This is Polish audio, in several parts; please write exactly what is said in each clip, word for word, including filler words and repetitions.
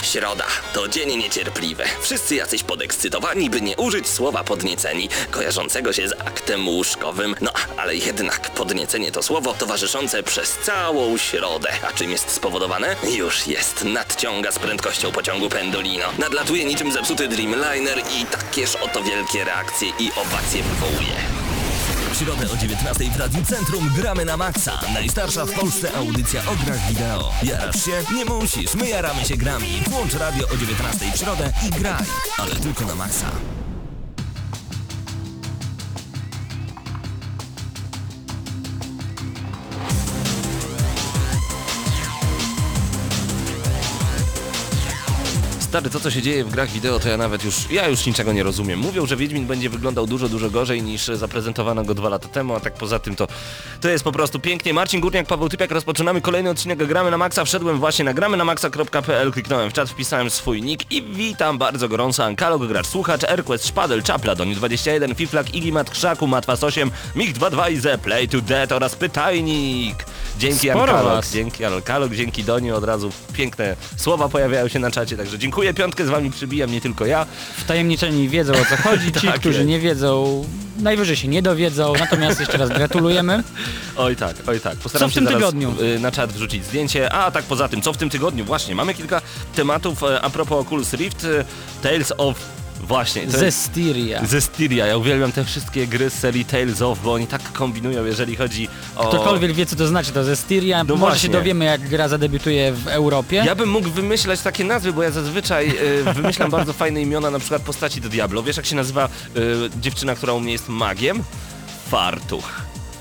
Środa to dzień niecierpliwy. Wszyscy jacyś podekscytowani, by nie użyć słowa podnieceni, kojarzącego się z aktem łóżkowym. No, ale jednak podniecenie to słowo towarzyszące przez całą środę. A czym jest spowodowane? Już jest. Nadciąga z prędkością pociągu Pendolino. Nadlatuje niczym zepsuty Dreamliner i takież oto wielkie reakcje i owacje wywołuje. W środę o dziewiętnastej w Radiu Centrum gramy na maksa. Najstarsza w Polsce audycja o grach wideo. Jarasz się? Nie musisz, my jaramy się grami. Włącz radio o dziewiętnastej w środę i graj. Ale tylko na maksa. Stary, to co się dzieje w grach wideo, to ja nawet już, ja już niczego nie rozumiem. Mówią, że Wiedźmin będzie wyglądał dużo, dużo gorzej niż zaprezentowano go dwa lata temu, a tak poza tym to, to jest po prostu pięknie. Marcin Górniak, Paweł Typiak, rozpoczynamy kolejny odcinek Gramy na Maxa. Wszedłem właśnie na gramy na maxa kropka p l, kliknąłem w czat, wpisałem swój nick i witam bardzo gorąco. Ankalog, gracz, słuchacz, Airquest, Szpadel, Czapla, Doni dwadzieścia jeden, Fiflak, Igimat, Krzaku, Matwas osiem, Mig dwadzieścia dwa i The Play to Dead oraz Pytajnik. Dzięki Ankalog, dzięki Ankalog, dzięki Doni, od razu piękne słowa pojawiają się na czacie, także dziękuję, piątkę z wami przybijam, nie tylko ja. Wtajemniczeni wiedzą, o co chodzi, ci, tak którzy jest. nie wiedzą, najwyżej się nie dowiedzą, natomiast jeszcze raz gratulujemy. Oj tak, oj tak. Postaram Co w się tym zaraz tygodniu? y, na czat wrzucić zdjęcie. A tak poza tym, co w tym tygodniu? Właśnie, mamy kilka tematów y, a propos Oculus Rift, y, Tales of... Właśnie. to- Zestiria. Zestiria. Ja uwielbiam te wszystkie gry z serii Tales of, bo oni tak kombinują, jeżeli chodzi o... Ktokolwiek wie, co to znaczy, to Zestiria. No Może właśnie. się dowiemy, jak gra zadebiutuje w Europie. Ja bym mógł wymyślać takie nazwy, bo ja zazwyczaj y, wymyślam bardzo fajne imiona, na przykład postaci do Diablo. Wiesz, jak się nazywa y, dziewczyna, która u mnie jest magiem? Fartuch.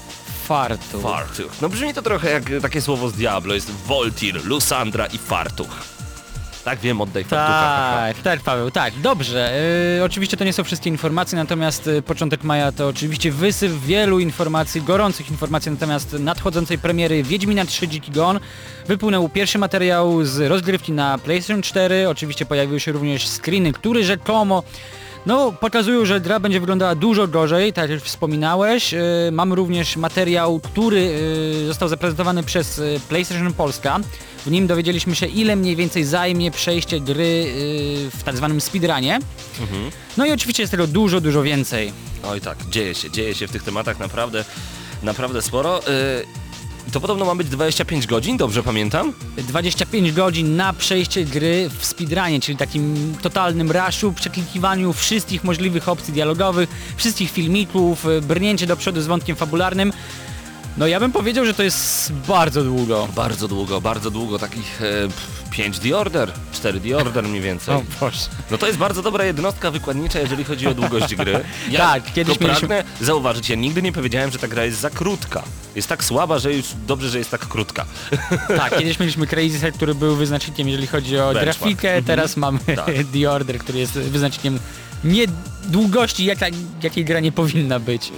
Fartu. Fartuch. No brzmi to trochę jak takie słowo z Diablo. Jest Voltir, Lusandra i Fartuch. Tak, wiem, oddaj fartucha. Tak, tak Paweł, tak, dobrze. Yy, oczywiście to nie są wszystkie informacje, natomiast y, początek maja to oczywiście wysyp wielu informacji, gorących informacji, natomiast nadchodzącej premiery Wiedźmina trzy Dziki Gon. Wypłynął pierwszy materiał z rozgrywki na PlayStation cztery, oczywiście pojawiły się również screeny, które rzekomo no, pokazują, że gra będzie wyglądała dużo gorzej, tak jak wspominałeś. Yy, mamy również materiał, który yy, został zaprezentowany przez yy, PlayStation Polska. W nim dowiedzieliśmy się, ile mniej więcej zajmie przejście gry yy, w tak zwanym speedrunie. Mhm. No i oczywiście jest tego dużo, dużo więcej. Oj tak, dzieje się, dzieje się w tych tematach naprawdę, naprawdę sporo. Yy, to podobno ma być dwadzieścia pięć godzin, dobrze pamiętam? dwadzieścia pięć godzin na przejście gry w speedrunie, czyli takim totalnym rushu, przeklikiwaniu wszystkich możliwych opcji dialogowych, wszystkich filmików, yy, brnięcie do przodu z wątkiem fabularnym. No ja bym powiedział, że to jest bardzo długo. Bardzo długo, bardzo długo, takich e, pięć The Order, cztery The Order mniej więcej. O Boże. No to jest bardzo dobra jednostka wykładnicza, jeżeli chodzi o długość gry. Ja Tak, kiedyś to mieliśmy- pragnę zauważyć, ja nigdy nie powiedziałem, że ta gra jest za krótka. Jest tak słaba, że już dobrze, że jest tak krótka. Tak, kiedyś mieliśmy Crazy Set, który był wyznacznikiem, jeżeli chodzi o Benchmark. grafikę, Mhm. teraz mamy Tak. The Order, który jest wyznacznikiem nie długości, jaka, jakiej gra nie powinna być.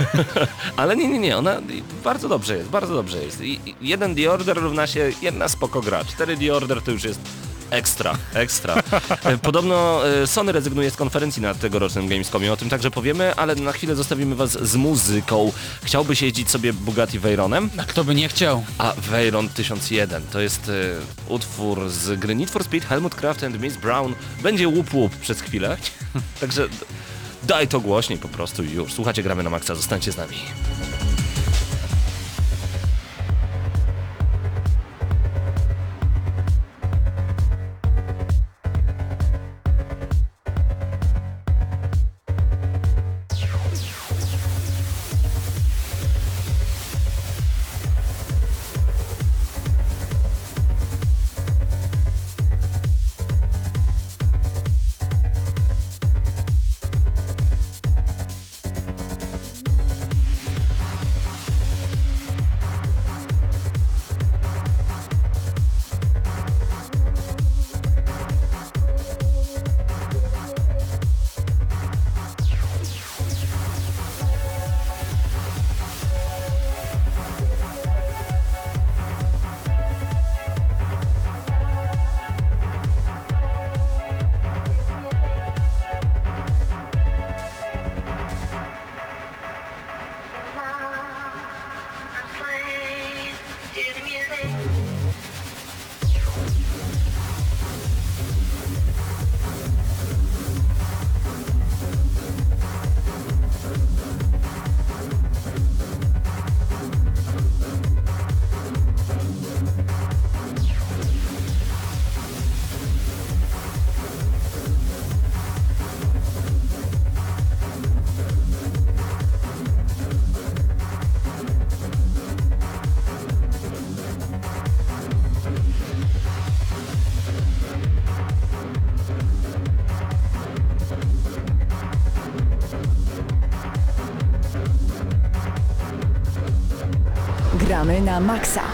Ale nie, nie, nie, ona bardzo dobrze jest, bardzo dobrze jest. I, i jeden The Order równa się jedna spoko gra. Cztery The Order to już jest ekstra, ekstra. E, Podobno e, Sony rezygnuje z konferencji na tegorocznym Gamescomie, o tym także powiemy, ale na chwilę zostawimy was z muzyką. Chciałbyś jeździć sobie Bugatti Veyronem? A kto by nie chciał? A Veyron tysiąc jeden to jest e, utwór z gry Need for Speed, Helmut Kraft and Miss Brown. Będzie łup łup przez chwilę, także daj to głośniej po prostu i już. Słuchajcie, gramy na maksa, zostańcie z nami. Gramy na maksa.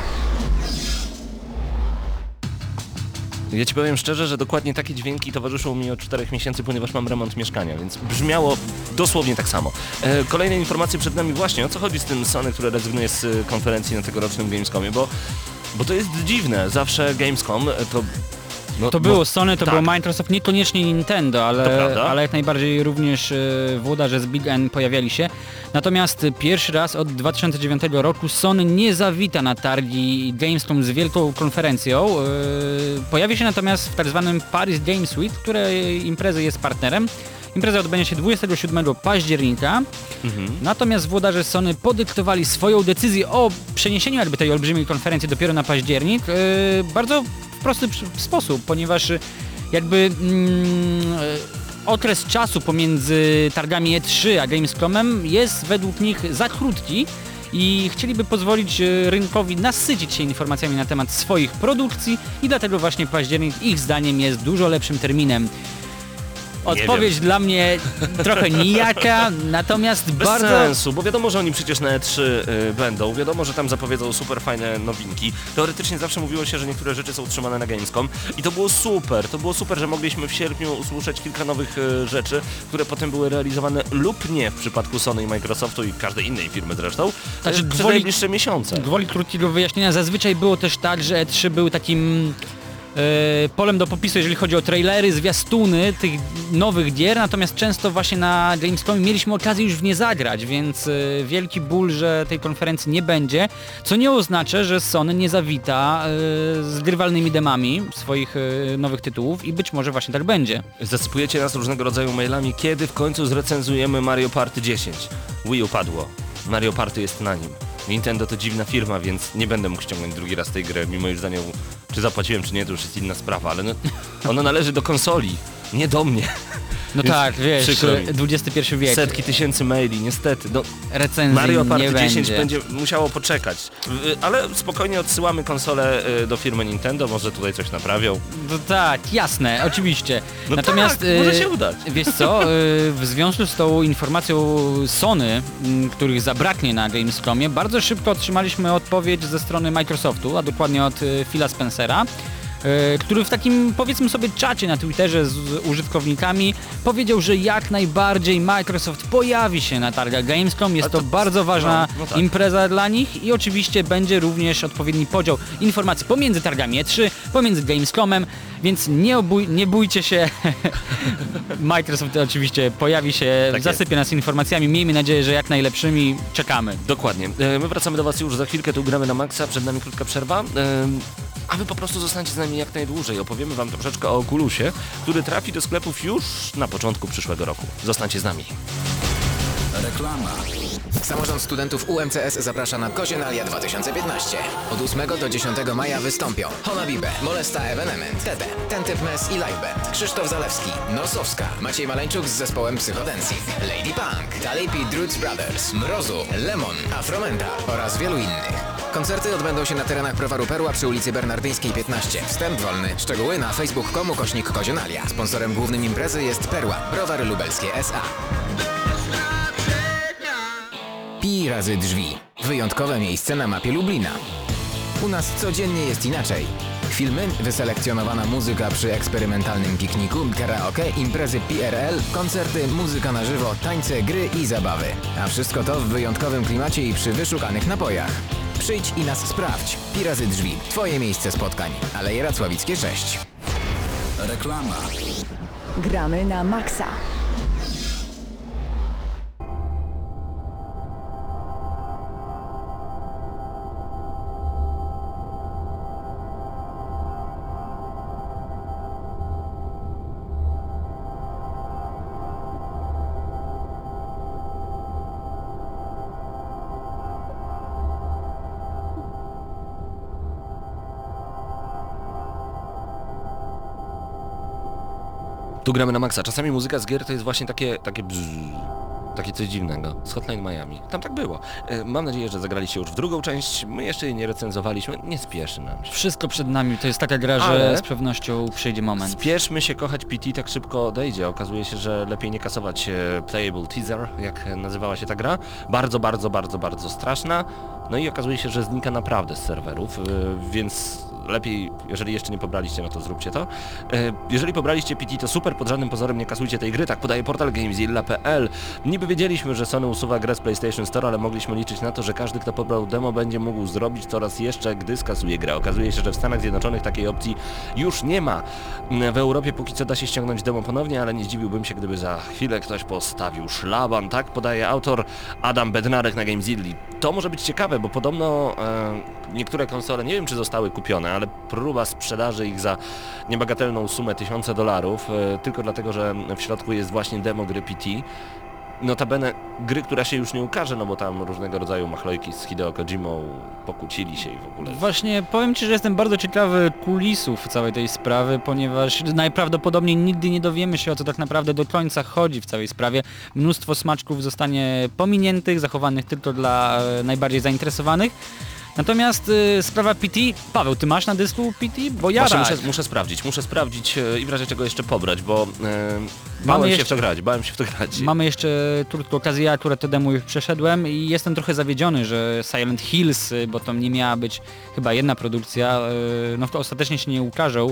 Ja ci powiem szczerze, że dokładnie takie dźwięki towarzyszą mi od czterech miesięcy, ponieważ mam remont mieszkania, więc brzmiało dosłownie tak samo. E, kolejne informacje przed nami właśnie, o co chodzi z tym Sony, które rezygnuje z e, konferencji na tegorocznym Gamescomie, bo, bo to jest dziwne, zawsze Gamescom e, to... No, To było bo- Sony, to tak. było Microsoft, niekoniecznie Nintendo, To ale, prawda. ale jak najbardziej również e, włodarze z Big N pojawiali się. Natomiast e, pierwszy raz od dwa tysiące dziewiątego roku Sony nie zawita na targi Gamescom z wielką konferencją. E, pojawi się natomiast w tak zwanym Paris Games Week, której imprezy jest partnerem. Impreza odbędzie się dwudziestego siódmego października. Mhm. Natomiast włodarze Sony podyktowali swoją decyzję o przeniesieniu jakby tej olbrzymiej konferencji dopiero na październik yy, bardzo w prosty przy- sposób, ponieważ yy, jakby mm, yy, okres czasu pomiędzy targami E trzy a Gamescomem jest według nich za krótki i chcieliby pozwolić yy, rynkowi nasycić się informacjami na temat swoich produkcji i dlatego właśnie październik ich zdaniem jest dużo lepszym terminem. Odpowiedź dla mnie trochę nijaka, natomiast Bez bardzo... sensu, bo wiadomo, że oni przecież na E trzy y, będą, wiadomo, że tam zapowiedzą super fajne nowinki. Teoretycznie zawsze mówiło się, że niektóre rzeczy są utrzymane na Gamescom i to było super, to było super, że mogliśmy w sierpniu usłyszeć kilka nowych y, rzeczy, które potem były realizowane lub nie w przypadku Sony i Microsoftu i każdej innej firmy zresztą, Znaczy, znaczy, przez gwoli- najbliższe miesiące. Gwoli krótkiego wyjaśnienia, zazwyczaj było też tak, że E trzy był takim e, polem do popisu, jeżeli chodzi o trailery, zwiastuny tych nowych gier, natomiast często właśnie na Gamescomie mieliśmy okazję już w nie zagrać, więc e, wielki ból, że tej konferencji nie będzie, co nie oznacza, że Sony nie zawita e, z grywalnymi demami swoich e, nowych tytułów i być może właśnie tak będzie. Zasypujecie nas różnego rodzaju mailami, kiedy w końcu zrecenzujemy Mario Party dziesięć. Wii U padło, Mario Party jest na nim. Nintendo to dziwna firma, więc nie będę mógł ściągnąć drugi raz tej gry, mimo iż za nią, czy zapłaciłem, czy nie, to już jest inna sprawa, ale no, ona należy do konsoli, nie do mnie. No Więc tak, wiesz, przykro mi. dwudziesty pierwszy wiek, Setki tysięcy maili, niestety. No, recenzji Mario Party nie dziesięć będzie. będzie musiało poczekać, Y, ale spokojnie odsyłamy konsolę y, do firmy Nintendo, może tutaj coś naprawią. No tak, jasne, oczywiście. No Natomiast tak, może e, się udać. Wiesz co, e, w związku z tą informacją Sony, m, których zabraknie na Gamescomie, bardzo szybko otrzymaliśmy odpowiedź ze strony Microsoftu, a dokładnie od e, Phila Spencera, e, który w takim, powiedzmy sobie, czacie na Twitterze z, z użytkownikami powiedział, że jak najbardziej Microsoft pojawi się na targach Gamescom. Jest A to- to bardzo ważna no, no tak. impreza dla nich i oczywiście będzie również odpowiedni podział informacji pomiędzy targami E trzy, pomiędzy Gamescomem, więc nie, obój, nie bójcie się. Microsoft oczywiście pojawi się, Tak zasypie nas informacjami, miejmy nadzieję, że jak najlepszymi. Czekamy. Dokładnie. E, My wracamy do Was już za chwilkę, tu gramy na maksa, przed nami krótka przerwa. E, A Wy po prostu zostańcie z nami jak najdłużej. Opowiemy Wam troszeczkę o Oculusie, który trafi do sklepów już na początku przyszłego roku. Zostańcie z nami. Reklama. Samorząd Studentów U M C S zaprasza na Kozienalia dwa tysiące piętnaście. Od ósmego do dziesiątego maja wystąpią Honabibe, Molesta Evenement, Tebe, Ten Typ Mes i Live Band, Krzysztof Zalewski, Nosowska, Maciej Maleńczuk z zespołem Psychodencji, Lady Punk, Talipi Druids Brothers, Mrozu, Lemon, Afromental oraz wielu innych. Koncerty odbędą się na terenach Browaru Perła przy ulicy Bernardyńskiej piętnaście. Wstęp wolny. Szczegóły na facebook kropka com ukośnik Kozienalia. Sponsorem głównym imprezy jest Perła, Browary Lubelskie S A. Pi razy drzwi. Wyjątkowe miejsce na mapie Lublina. U nas codziennie jest inaczej. Filmy, wyselekcjonowana muzyka przy eksperymentalnym pikniku, karaoke, imprezy P R L, koncerty, muzyka na żywo, tańce, gry i zabawy. A wszystko to w wyjątkowym klimacie i przy wyszukanych napojach. Przyjdź i nas sprawdź. Pi razy drzwi. Twoje miejsce spotkań. Aleje Racławickie sześć. Reklama. Gramy na maksa. Tu gramy na maksa. Czasami muzyka z gier to jest właśnie takie, takie bzz, takie coś dziwnego, z Hotline Miami. Tam tak było. E, mam nadzieję, że zagraliście już w drugą część, my jeszcze jej nie recenzowaliśmy, nie spieszy nam się. Wszystko przed nami, to jest taka gra, Ale- że z pewnością przyjdzie moment. Spieszmy się kochać P T, tak szybko odejdzie. Okazuje się, że lepiej nie kasować e, Playable Teaser, jak nazywała się ta gra. Bardzo, bardzo, bardzo, bardzo straszna. No i okazuje się, że znika naprawdę z serwerów, e, więc lepiej, jeżeli jeszcze nie pobraliście, no to zróbcie to. E, jeżeli pobraliście P T, to super, pod żadnym pozorem nie kasujcie tej gry, tak podaje portal Gamezilla kropka p l. Niby wiedzieliśmy, że Sony usuwa grę z PlayStation Store, ale mogliśmy liczyć na to, że każdy, kto pobrał demo, będzie mógł zrobić to raz jeszcze, gdy skasuje grę. Okazuje się, że w Stanach Zjednoczonych takiej opcji już nie ma. W Europie póki co da się ściągnąć demo ponownie, ale nie zdziwiłbym się, gdyby za chwilę ktoś postawił szlaban, tak podaje autor Adam Bednarek na Gamezilli. To może być ciekawe, bo podobno e, niektóre konsole, nie wiem czy zostały kupione, ale próba sprzedaży ich za niebagatelną sumę tysiące dolarów, e, tylko dlatego, że w środku jest właśnie demo gry P T. Notabene gry, która się już nie ukaże, no bo tam różnego rodzaju machlojki z Hideo Kojimą pokłócili się i w ogóle... Właśnie powiem Ci, że jestem bardzo ciekawy kulisów całej tej sprawy, ponieważ najprawdopodobniej nigdy nie dowiemy się, o co tak naprawdę do końca chodzi w całej sprawie. Mnóstwo smaczków zostanie pominiętych, zachowanych tylko dla e, najbardziej zainteresowanych. Natomiast y, sprawa P T, Paweł, ty masz na dysku P T? Bo ja Właśnie rak. muszę, muszę sprawdzić, muszę sprawdzić e, i w razie czego jeszcze pobrać, bo e, bałem się jeszcze- w to grać, bałem się w to grać. Mamy jeszcze krótką okazję, ja akurat to demo już przeszedłem i jestem trochę zawiedziony, że Silent Hills, y, bo to nie miała być chyba jedna produkcja, y, no to ostatecznie się nie ukażą.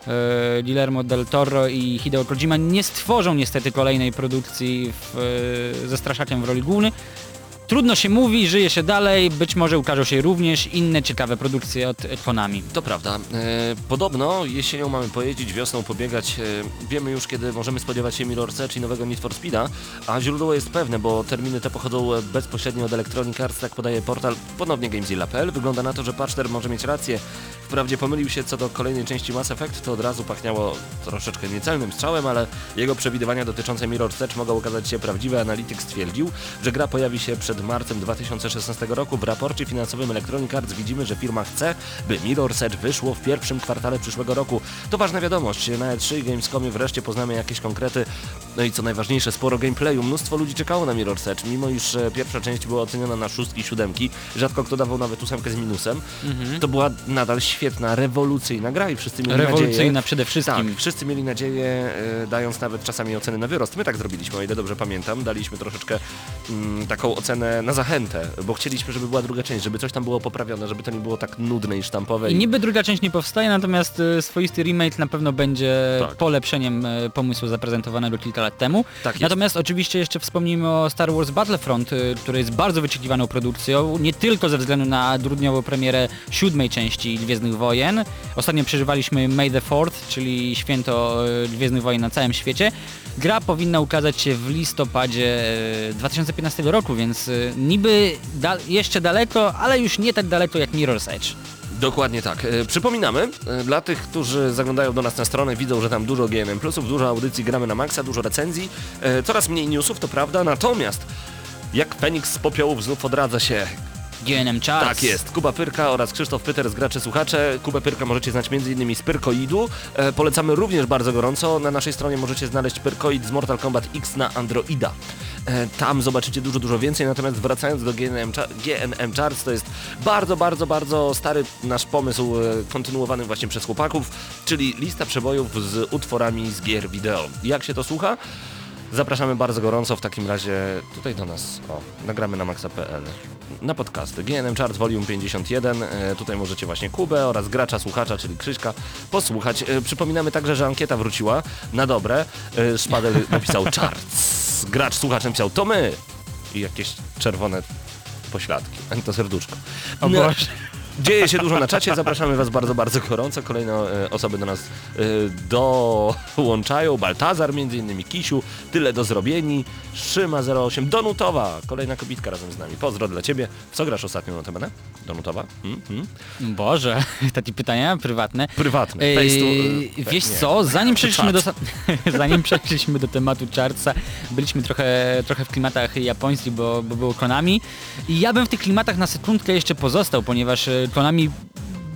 Y, Guillermo del Toro i Hideo Kojima nie stworzą niestety kolejnej produkcji w, y, ze Straszakiem w roli głównej. Trudno się mówi, żyje się dalej, być może ukażą się również inne ciekawe produkcje od Konami. To prawda. E, podobno jesienią mamy pojeździć, wiosną pobiegać. E, wiemy już, kiedy możemy spodziewać się Mirror's Edge i nowego Need for Speeda, a źródło jest pewne, bo terminy te pochodzą bezpośrednio od Electronic Arts, tak podaje portal ponownie Gamezilla kropka p l. Wygląda na to, że Patcher może mieć rację. Wprawdzie pomylił się co do kolejnej części Mass Effect, to od razu pachniało troszeczkę niecelnym strzałem, ale jego przewidywania dotyczące Mirror's Edge mogą okazać się prawdziwe. Analytik stwierdził, że gra pojawi się przed marcem dwa tysiące szesnastego roku. W raporcie finansowym Electronic Arts widzimy, że firma chce, by Mirror's Edge wyszło w pierwszym kwartale przyszłego roku. To ważna wiadomość. Na E trzy i Gamescomie wreszcie poznamy jakieś konkrety. No i co najważniejsze, sporo gameplayu. Mnóstwo ludzi czekało na Mirror's Edge, mimo iż e, pierwsza część była oceniona na szóstki, siódemki. Rzadko kto dawał nawet ósemkę z minusem. Mhm. To była nadal świetna, rewolucyjna gra i wszyscy mieli nadzieję... Rewolucyjna przede wszystkim. Tak, wszyscy mieli nadzieję, e, dając nawet czasami oceny na wyrost. My tak zrobiliśmy, o ile dobrze pamiętam. Daliśmy troszeczkę mm, taką ocenę na zachętę, bo chcieliśmy, żeby była druga część, żeby coś tam było poprawione, żeby to nie było tak nudne i sztampowe. I niby druga część nie powstaje, natomiast y, swoisty remake na pewno będzie Tak. polepszeniem y, pomysłu zaprezentowanego kilka lat temu. Tak jest. Natomiast oczywiście jeszcze wspomnijmy o Star Wars Battlefront, y, który jest bardzo wyczekiwaną produkcją, nie tylko ze względu na grudniową premierę siódmej części Gwiezdnych Wojen. Ostatnio przeżywaliśmy May the fourth, czyli święto y, Gwiezdnych Wojen na całym świecie. Gra powinna ukazać się w listopadzie y, dwa tysiące piętnastego roku, więc y, niby da jeszcze daleko, ale już nie tak daleko jak Mirror's Edge. Dokładnie tak. E, przypominamy, e, dla tych, którzy zaglądają do nas na stronę, widzą, że tam dużo G N M plusów, dużo audycji Gramy na Maxa, dużo recenzji, e, coraz mniej newsów, to prawda, natomiast jak Feniks z popiołów znów odradza się. G N M Charts. Tak jest, Kuba Pyrka oraz Krzysztof Pyter z Gracze Słuchacze. Kubę Pyrka możecie znać m.in. z Pyrkoidu. E, polecamy również bardzo gorąco. Na naszej stronie możecie znaleźć Pyrkoid z Mortal Kombat X na Androida. E, tam zobaczycie dużo, dużo więcej, natomiast wracając do G N M, G N M Charts, to jest bardzo, bardzo, bardzo stary nasz pomysł, e, kontynuowany właśnie przez chłopaków, czyli lista przebojów z utworami z gier wideo. Jak się to słucha? Zapraszamy bardzo gorąco w takim razie tutaj do nas, o, nagramy na maxa kropka p l, na podcasty. G N M Chart Volume pięćdziesiąt jeden, e, tutaj możecie właśnie Kubę oraz gracza, słuchacza, czyli Krzyśka, posłuchać. E, przypominamy także, że ankieta wróciła na dobre. E, Szpadel napisał Charts, gracz, słuchacz napisał to my i jakieś czerwone pośladki, ani to serduszko. O Boże. Dzieje się dużo na czacie, zapraszamy Was bardzo, bardzo gorąco. Kolejne e, osoby do nas e, dołączają. Baltazar między innymi, Kisiu, Tyle do zrobieni, Szyma zero osiem, Donutowa, kolejna kobitka razem z nami. Pozdro dla Ciebie. W co grasz ostatnio na temat? Donutowa? Hmm? Hmm? Boże, takie pytania prywatne. Prywatne. Ej, Face to, e, wiesz nie. co, zanim przeszliśmy do, Czat. zanim przeszliśmy do tematu Chartsa, byliśmy trochę, trochę w klimatach japońskich, bo, bo było Konami. I ja bym w tych klimatach na sekundkę jeszcze pozostał, ponieważ e, Konami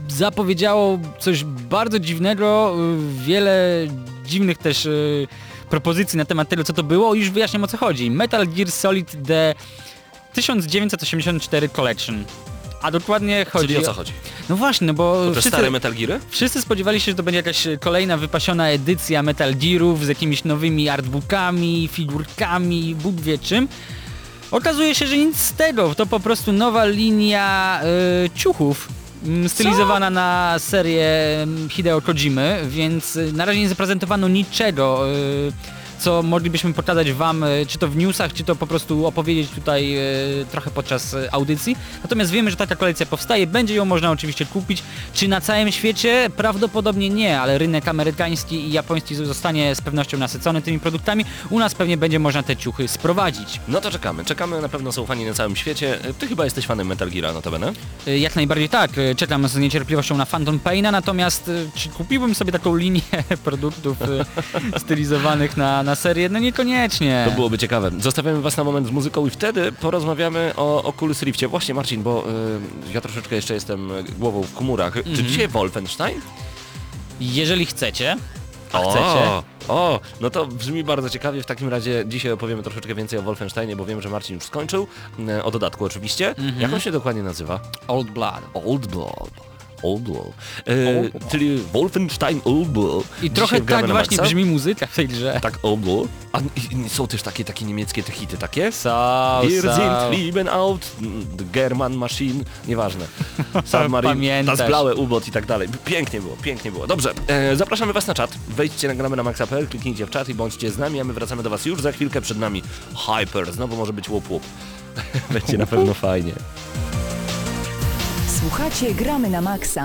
zapowiedziało coś bardzo dziwnego, e, wiele dziwnych też e, propozycji na temat tego, co to było, już wyjaśniam, o co chodzi. Metal Gear Solid The tysiąc dziewięćset osiemdziesiąt cztery Collection. A dokładnie chodzi... Czyli o co chodzi? No właśnie, no bo... To te wszyscy... stare Metal Geary? Wszyscy spodziewali się, że to będzie jakaś kolejna wypasiona edycja Metal Gearów z jakimiś nowymi artbookami, figurkami, Bóg wie czym. Okazuje się, że nic z tego, to po prostu nowa linia y, ciuchów y, stylizowana na serię Hideo Kojimy, więc y, na razie nie zaprezentowano niczego, y, co moglibyśmy pokazać wam, y, czy to w newsach, czy to po prostu opowiedzieć tutaj y, trochę podczas y, audycji. Natomiast wiemy, że taka kolekcja powstaje, będzie ją można oczywiście kupić. Czy na całym świecie? Prawdopodobnie nie, ale rynek amerykański i japoński zostanie z pewnością nasycony tymi produktami. U nas pewnie będzie można te ciuchy sprowadzić. No to czekamy, czekamy, na pewno są fani na całym świecie. Ty chyba jesteś fanem Metal Geara, notabene? Y, Jak najbardziej tak, y, czekam z niecierpliwością na Phantom Paina, natomiast y, czy kupiłbym sobie taką linię produktów y, stylizowanych na, na serię? No niekoniecznie. To byłoby ciekawe. Zostawiamy was na moment z muzyką i wtedy porozmawiamy o Oculus Riftie. Właśnie Marcin, bo y, ja troszeczkę jeszcze jestem głową w chmurach. Mhm. Czy dzisiaj Wolfenstein? Jeżeli chcecie, a O, chcecie, o, no to brzmi bardzo ciekawie. W takim razie dzisiaj opowiemy troszeczkę więcej o Wolfensteinie, bo wiem, że Marcin już skończył. E, O dodatku oczywiście. Mhm. Jak on się dokładnie nazywa? Old Blood. Old Blood. Old Blood. E, czyli Wolfenstein Old Blood. I trochę Dzisiaj gramy tak na właśnie maksa. brzmi muzyka w tej grze. Tak, Old Blood. A i- i są też takie, takie niemieckie te hity, takie? Są, Wir są. sind lieben out, the German Machine, nieważne. Submarine, Pamiętasz. das blaue U-Boot i tak dalej. Pięknie było, pięknie było. Dobrze, e, zapraszamy was na czat. Wejdźcie na gramy na maxa kropka p l, kliknijcie w czat i bądźcie z nami, a my wracamy do was już za chwilkę. Przed nami Hyper, znowu może być łup łup. Będzie na pewno fajnie. Słuchacie Gramy na Maxa.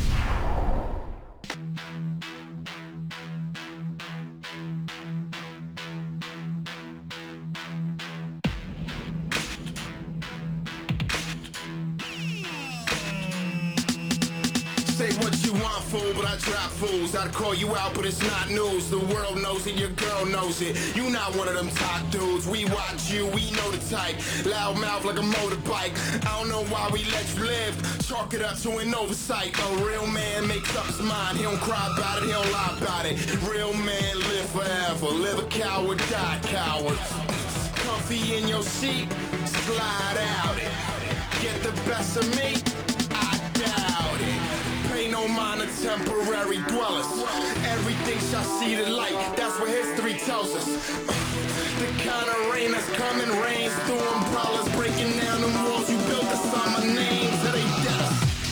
Say what you want, fool, but I drop fools. I'd call you out, but it's not news. The world knows it, your girl knows it. You not one of them top dudes. We watch you, we know the type. Loud mouth like a motorbike. I don't know why we let you live. Chalk it up to an oversight. A real man makes up his mind. He don't cry about it, he don't lie about it. Real man live forever. Live a coward, die coward. Comfy in your seat, slide out it. Get the best of me, I doubt it. Pay no mind to temporary dwellers. Everything shall see the light, that's what history tells us. The kind of rain that's coming rains through umbrellas, breaking down the walls you built to sign my name to they debtors.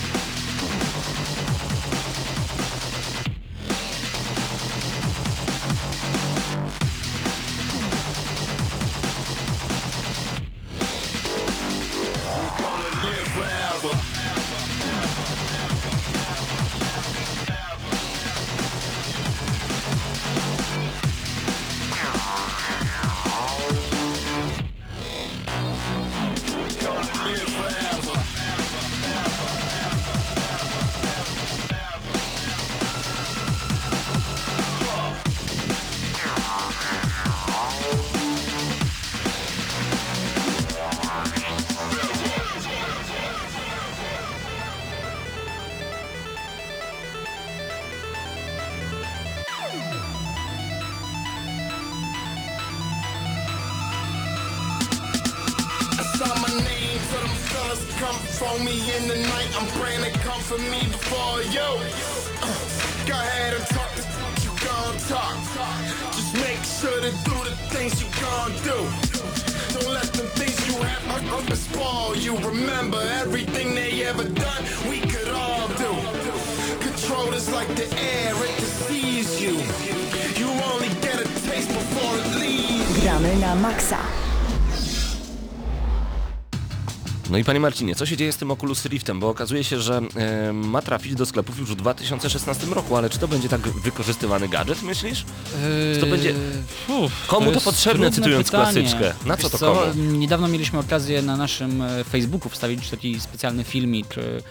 Live forever. Live forever. I saw my name, so them fellas come for me in the night. I'm praying they come for me before you. Uh, go ahead and talk the you gon' talk. Just make sure to do the things you gon' do. Don't let them things you have uh, uh, spoil you. Remember everything they ever done, we could all do. Control is like the air, it deceives you. You only get a taste before it leaves. Gramy na Maxa. No i panie Marcinie, co się dzieje z tym Oculus Riftem? Bo okazuje się, że e, ma trafić do sklepów już w dwa tysiące szesnastym roku, ale czy to będzie tak wykorzystywany gadżet, myślisz? Czy to będzie... Uf, Komu to jest potrzebne, trudne cytując pytanie. klasyczkę? Na co Wiesz to co, komu? Niedawno mieliśmy okazję na naszym e, Facebooku wstawić taki specjalny filmik, e,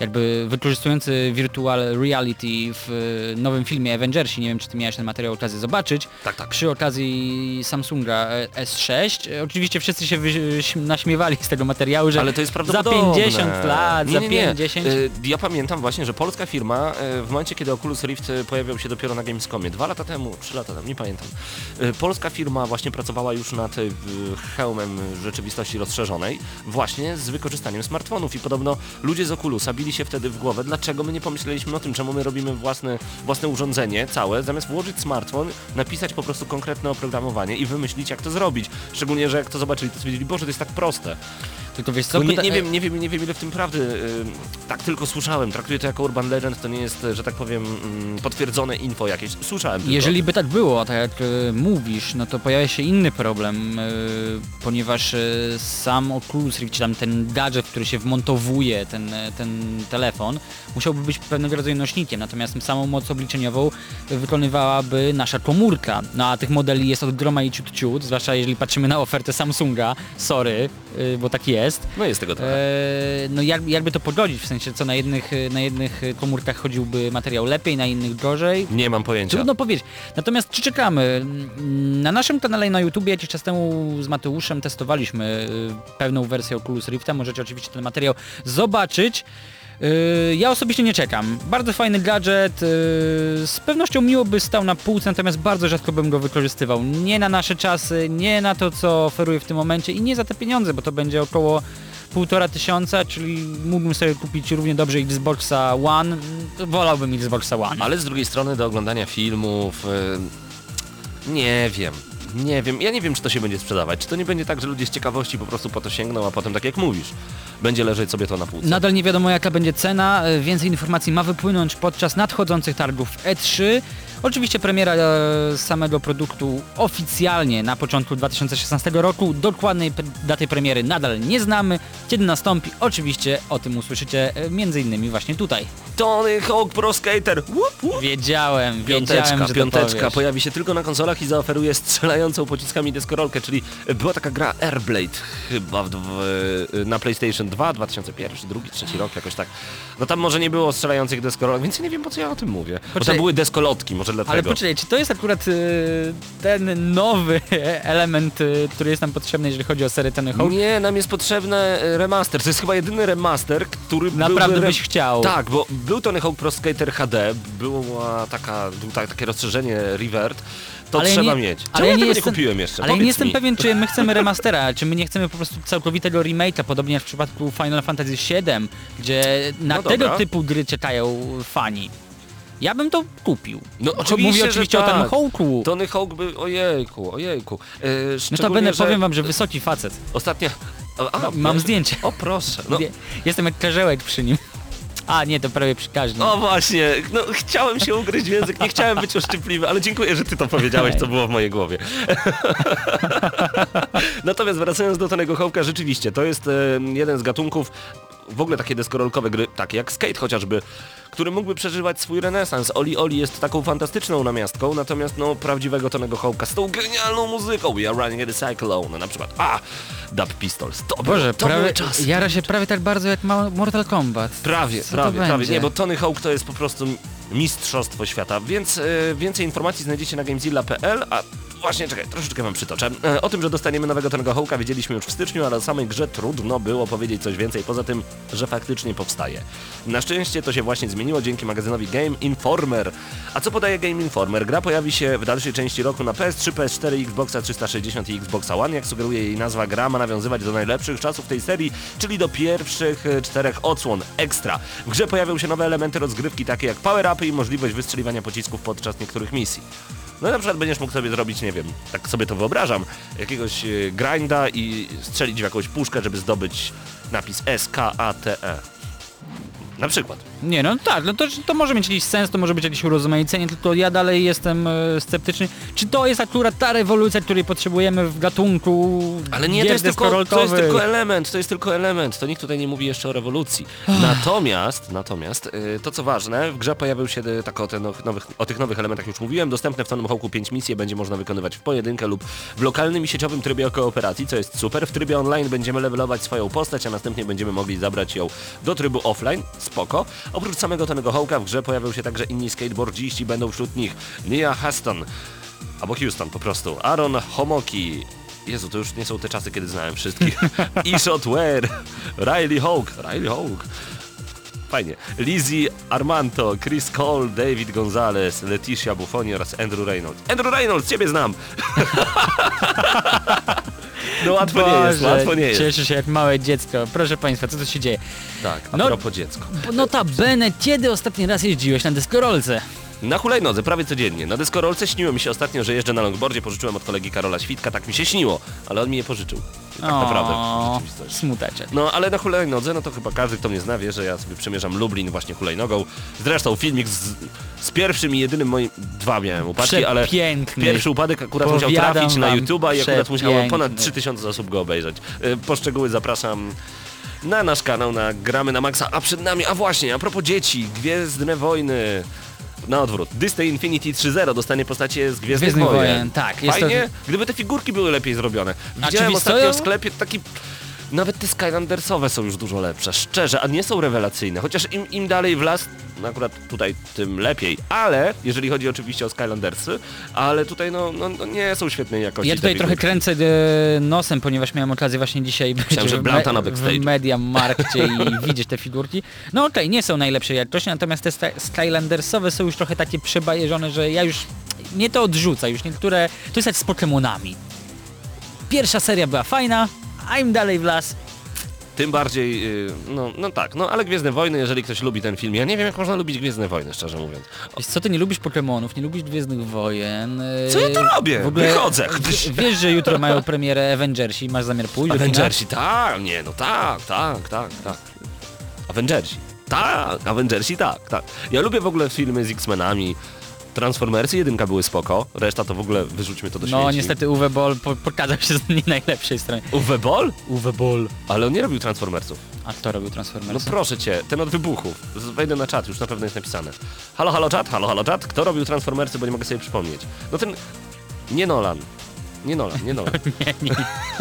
jakby wykorzystujący virtual reality w nowym filmie Avengersi. Nie wiem, czy ty miałeś ten materiał okazję zobaczyć. Tak, tak. Przy okazji Samsunga S sześć. Oczywiście wszyscy się wy- naśmiewali z tego materiału, że Ale to jest za prawdopodobne. pięćdziesiąt lat, nie, za nie, nie. pięćdziesiąt... Y, Ja pamiętam właśnie, że polska firma y, w momencie, kiedy Oculus Rift y, pojawiał się dopiero na Gamescomie, dwa lata temu, trzy lata temu, nie pamiętam, y, polska firma właśnie pracowała już nad y, hełmem rzeczywistości rozszerzonej właśnie z wykorzystaniem smartfonów i podobno ludzie z Oculusa bili się wtedy w głowę, dlaczego my nie pomyśleliśmy o tym, czemu my robimy własne, własne urządzenie całe, zamiast włożyć smartfon, napisać po prostu konkretne oprogramowanie i wymyślić, jak to zrobić. Szczególnie, że jak to zobaczyli, to stwierdzili, Boże, to jest tak proste. Tylko wiesz co, No nie, pyta- nie, wiem, nie, wiem, nie wiem ile w tym prawdy, yy, tak tylko słyszałem, traktuję to jako urban legend, to nie jest, że tak powiem, yy, potwierdzone info jakieś, słyszałem tylko. Jeżeli by tak było, tak jak y, mówisz, no to pojawia się inny problem, y, ponieważ y, sam Oculus Rift, czy tam ten gadżet, który się wmontowuje, ten, ten telefon, musiałby być pewnego rodzaju nośnikiem, natomiast samą moc obliczeniową wykonywałaby nasza komórka. No a tych modeli jest od groma i ciut ciut, zwłaszcza jeżeli patrzymy na ofertę Samsunga, sorry, y, bo tak jest. No jest tego trochę. E, no jak, jakby to pogodzić, w sensie co na jednych, na jednych komórkach chodziłby materiał lepiej, na innych gorzej. Nie mam pojęcia. Trudno powiedzieć. Natomiast czy czekamy? Na naszym kanale na YouTubie jakiś czas temu z Mateuszem testowaliśmy y, pewną wersję Oculus Rifta. Możecie oczywiście ten materiał zobaczyć. Y, Ja osobiście nie czekam. Bardzo fajny gadżet, y, z pewnością miło by stał na półce, natomiast bardzo rzadko bym go wykorzystywał. Nie na nasze czasy, nie na to, co oferuje w tym momencie i nie za te pieniądze, bo to będzie około półtora tysiąca, czyli mógłbym sobie kupić równie dobrze Xboxa One. Wolałbym Xboxa One. Ale z drugiej strony do oglądania filmów, yy, nie wiem. Nie wiem, ja nie wiem, czy to się będzie sprzedawać. Czy to nie będzie tak, że ludzie z ciekawości po prostu po to sięgną, a potem, tak jak mówisz, będzie leżeć sobie to na półce. Nadal nie wiadomo, jaka będzie cena. Więcej informacji ma wypłynąć podczas nadchodzących targów E trzy. Oczywiście premiera e, samego produktu oficjalnie na początku dwa tysiące szesnastego roku. Dokładnej pre- daty premiery nadal nie znamy. Kiedy nastąpi, oczywiście o tym usłyszycie e, między innymi właśnie tutaj. Tony Hawk Pro Skater! Łup, łup. Wiedziałem, Piąteczka, wiedziałem, że to piąteczka powiesz. pojawi się tylko na konsolach i zaoferuje strzelającą pociskami deskorolkę, czyli była taka gra Airblade chyba w, w, na PlayStation dwa, dwa tysiące pierwszy, drugi, trzeci rok, jakoś tak. No tam może nie było strzelających deskorolek, więc ja nie wiem, po co ja o tym mówię. Bo Poczekaj. tam były deskolotki, może dlatego. Ale poczekaj, czy to jest akurat y, ten nowy element, y, który jest nam potrzebny, jeżeli chodzi o serię Tony Hawk? Nie, nam jest potrzebny e, remaster. To jest chyba jedyny remaster, który Naprawdę byłby byś chciał. Tak, bo był Tony Hawk Pro Skater H D, była taka, było tak, takie rozszerzenie Revert. To Ale ja trzeba nie- mieć. ale Czemu ja ja nie tego jestem- nie kupiłem jeszcze? Ale ja nie Powiedz jestem mi. pewien, czy my chcemy remastera, czy my nie chcemy po prostu całkowitego remake'a, podobnie jak w przypadku Final Fantasy siedem, gdzie na No tego dobra. typu gry czekają fani. Ja bym to kupił. No Cho- oczywiście, Mówię że oczywiście o tak. Tony Hawku. Tony Hawk by... Ojejku, ojejku. E, No to szczególnie, będę, że powiem wam, że wysoki facet. Ostatnio... A, a, Mam ja- zdjęcie. O proszę. No. Wie- Jestem jak karzełek przy nim. A nie, to prawie przy każdym. O właśnie, no chciałem się ugryźć w język, nie chciałem być oszczypliwy, ale dziękuję, że ty to powiedziałeś, co było w mojej głowie. Natomiast wracając do Tonego Hawka, rzeczywiście, to jest e, jeden z gatunków, w ogóle takie deskorolkowe gry, takie jak Skate chociażby, który mógłby przeżywać swój renesans. Oli Oli jest taką fantastyczną namiastką, natomiast no prawdziwego Tonego Hawka z tą genialną muzyką, We Are Running a Cyclone, na przykład, a, Dub Pistols, to, Boże, było, to prawie, były czasy. jara się prawie tak bardzo jak ma Mortal Kombat. Prawie, Co to prawie, prawie. będzie? Nie, bo Tony Hawk to jest po prostu mistrzostwo świata, więc e, więcej informacji znajdziecie na gamezilla kropka p l, a właśnie, czekaj, troszeczkę wam przytoczę. E, o tym, że dostaniemy nowego Tonego Hawka wiedzieliśmy już w styczniu, ale o samej grze trudno było powiedzieć coś więcej, poza tym, że faktycznie powstaje. Na szczęście to się właśnie zmieniło dzięki magazynowi Game Informer. A co podaje Game Informer? Gra pojawi się w dalszej części roku na P S trzy, P S cztery, Xboxa trzysta sześćdziesiąt i Xboxa One. Jak sugeruje jej nazwa, gra ma nawiązywać do najlepszych czasów tej serii, czyli do pierwszych e, czterech odsłon Extra. W grze pojawią się nowe elementy rozgrywki, takie jak power-upy i możliwość wystrzeliwania pocisków podczas niektórych misji. No na przykład będziesz mógł sobie zrobić, nie wiem, tak sobie to wyobrażam, jakiegoś e, grinda i strzelić w jakąś puszkę, żeby zdobyć napis S K A T E. Na przykład. Nie, no tak, no to, to może mieć jakiś sens, to może być jakieś urozmaicenie, tylko ja dalej jestem e, sceptyczny. Czy to jest akurat ta rewolucja, której potrzebujemy w gatunku Ale nie, gier to jest, tylko, to jest deskorolkowych? tylko element, to jest tylko element, to nikt tutaj nie mówi jeszcze o rewolucji. Natomiast, natomiast, y, to co ważne, w grze pojawił się y, tak o, te no- nowych, o tych nowych elementach już mówiłem, dostępne w Tonym Hawku pięć misji będzie można wykonywać w pojedynkę lub w lokalnym i sieciowym trybie kooperacji, co jest super. W trybie online będziemy levelować swoją postać, a następnie będziemy mogli zabrać ją do trybu offline z spoko. Oprócz samego Tonego Hawka w grze pojawią się także inni skateboardziści, będą wśród nich Nia Huston, albo Houston po prostu, Aaron Homoki, Jezu, to już nie są te czasy, kiedy znałem wszystkich, Ishot Ware, Riley Hawk, Riley Hawk, fajnie, Lizzie Armanto, Chris Cole, David Gonzalez, Leticia Buffoni oraz Andrew Reynolds. Andrew Reynolds, ciebie znam! No łatwo Boże, nie jest, łatwo nie jest. Cieszę się jak małe dziecko. Proszę Państwa, co tu się dzieje? Tak, a No- propos dziecko. Notabene, kiedy ostatni raz jeździłeś na deskorolce? Na hulajnodze, prawie codziennie. Na deskorolce śniło mi się ostatnio, że jeżdżę na longboardzie, pożyczyłem od kolegi Karola Świtka, tak mi się śniło, ale on mi je pożyczył. Tak naprawdę, w rzeczywistości. Smutaczek. No, ale na hulajnodze, no to chyba każdy, kto mnie zna, wie, że ja sobie przemierzam Lublin właśnie hulajnogą. Zresztą filmik z, z pierwszym i jedynym moim... Dwa miałem upadki, ale Przepiękny. pierwszy upadek akurat musiał Powiadam trafić na wam, YouTube'a i akurat musiało przepiękny. ponad trzy tysiące osób go obejrzeć. Y, Po szczegóły zapraszam na nasz kanał, na Gramy na Maxa, a przed nami, a właśnie, a propos dzieci, Gwiezdne Wojny. Na odwrót. Disney Infinity trzy zero dostanie postacie z Gwiezdnych Gwiezdnych Wojen. Wojen, tak, jest Fajnie, to- gdyby te figurki były lepiej zrobione. A Widziałem czy ostatnio stoją? w sklepie taki... Nawet te Skylandersowe są już dużo lepsze, szczerze, a nie są rewelacyjne. Chociaż im, im dalej w las, no akurat tutaj tym lepiej. Ale, jeżeli chodzi oczywiście o Skylandersy, ale tutaj no, no, no nie są świetnej jakości. Ja tutaj te trochę figurki. kręcę e, nosem, ponieważ miałem okazję właśnie dzisiaj być Myślałem, że w, Blanta na w backstage'u. Mediamarkcie i widzieć te figurki. No okej, nie są najlepszej jakości, natomiast te sta- Skylandersowe są już trochę takie przebajeżone, że ja już... Mnie to odrzuca, już niektóre... To jest jak z Pokemonami. Pierwsza seria była fajna, a im dalej w las... Tym bardziej, yy, no, no tak, no ale Gwiezdne Wojny, jeżeli ktoś lubi ten film, ja nie wiem jak można lubić Gwiezdne Wojny, szczerze mówiąc. Wiesz co, ty nie lubisz Pokemonów, nie lubisz Gwiezdnych Wojen. e, Co ja tu robię? W ogóle, Wychodzę. w- Wiesz, że jutro mają premierę Avengersi, masz zamiar pójść do kina? Avengersi, tak, nie, no tak, tak, tak, tak. Avengersi, tak, Avengersi, tak, tak. Ja lubię w ogóle filmy z X-Menami. Transformersy jedynka były spoko, reszta to w ogóle wyrzućmy to do śmieci. No niestety Uwe Boll po pokazał się z nie najlepszej strony. Uwe Boll? Uwe Boll. Ale on nie robił Transformersów. A kto robił No Transformersy? proszę cię, ten od wybuchów. Z- Wejdę na czat, już na pewno jest napisane. Halo, halo czat, halo, halo czat. Kto robił Transformersy, bo nie mogę sobie przypomnieć. No ten... Nie Nolan. Nie Nolan, nie Nolan. nie, nie.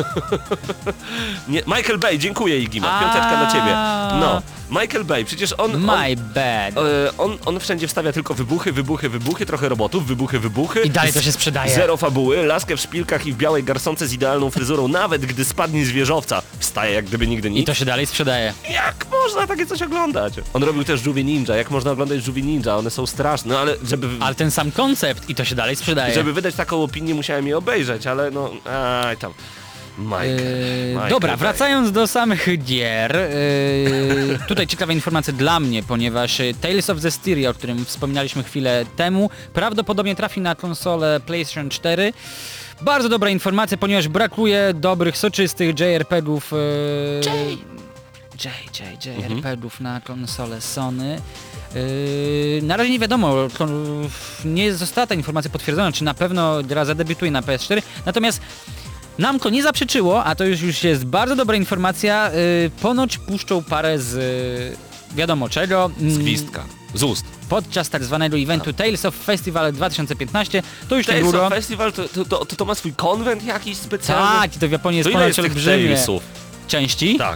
Nie, Michael Bay, dziękuję Igima, A. piąteczka dla ciebie. No, Michael Bay, przecież on... on My bad. E, on, on wszędzie wstawia tylko wybuchy, wybuchy, wybuchy, trochę robotów, wybuchy, wybuchy. I dalej to Z- się sprzedaje. Zero fabuły, laskę w szpilkach i w białej garsonce z idealną fryzurą, nawet gdy spadnie z wieżowca, wstaje jak gdyby nigdy I nic. to się dalej sprzedaje. Jak można takie coś oglądać? On robił też Żółwie Ninja, jak można oglądać Żółwie Ninja, one są straszne, no ale żeby... Ale ten sam koncept i to się dalej sprzedaje. Żeby wydać taką opinię, musiałem je obejrzeć, ale no... Aj tam... Michael, Yy, Michael dobra, Bay. wracając do samych gier, yy, tutaj ciekawa informacja dla mnie, ponieważ y, Tales of Zestiria, o którym wspominaliśmy chwilę temu, prawdopodobnie trafi na konsolę PlayStation cztery. Bardzo dobra informacja, ponieważ brakuje dobrych, soczystych J R P Gów. Yy, J, J, J R P Gów na konsolę Sony. Yy, na razie nie wiadomo, to, nie została ta informacja potwierdzona, czy na pewno gra zadebiutuje na P S cztery, natomiast nam to nie zaprzeczyło, a to już, już jest bardzo dobra informacja, yy, ponoć puszczą parę z yy, wiadomo czego. Z gwizdka, z ust. Podczas tak zwanego eventu Tales of Festival dwa tysiące piętnaście, to już Tales niedługo. of Festival to, to, to, to ma swój konwent jakiś specjalny? Tak, i to w Japonii jest To ile ponoć jest tych olbrzymie. Talesów? Części? Tak.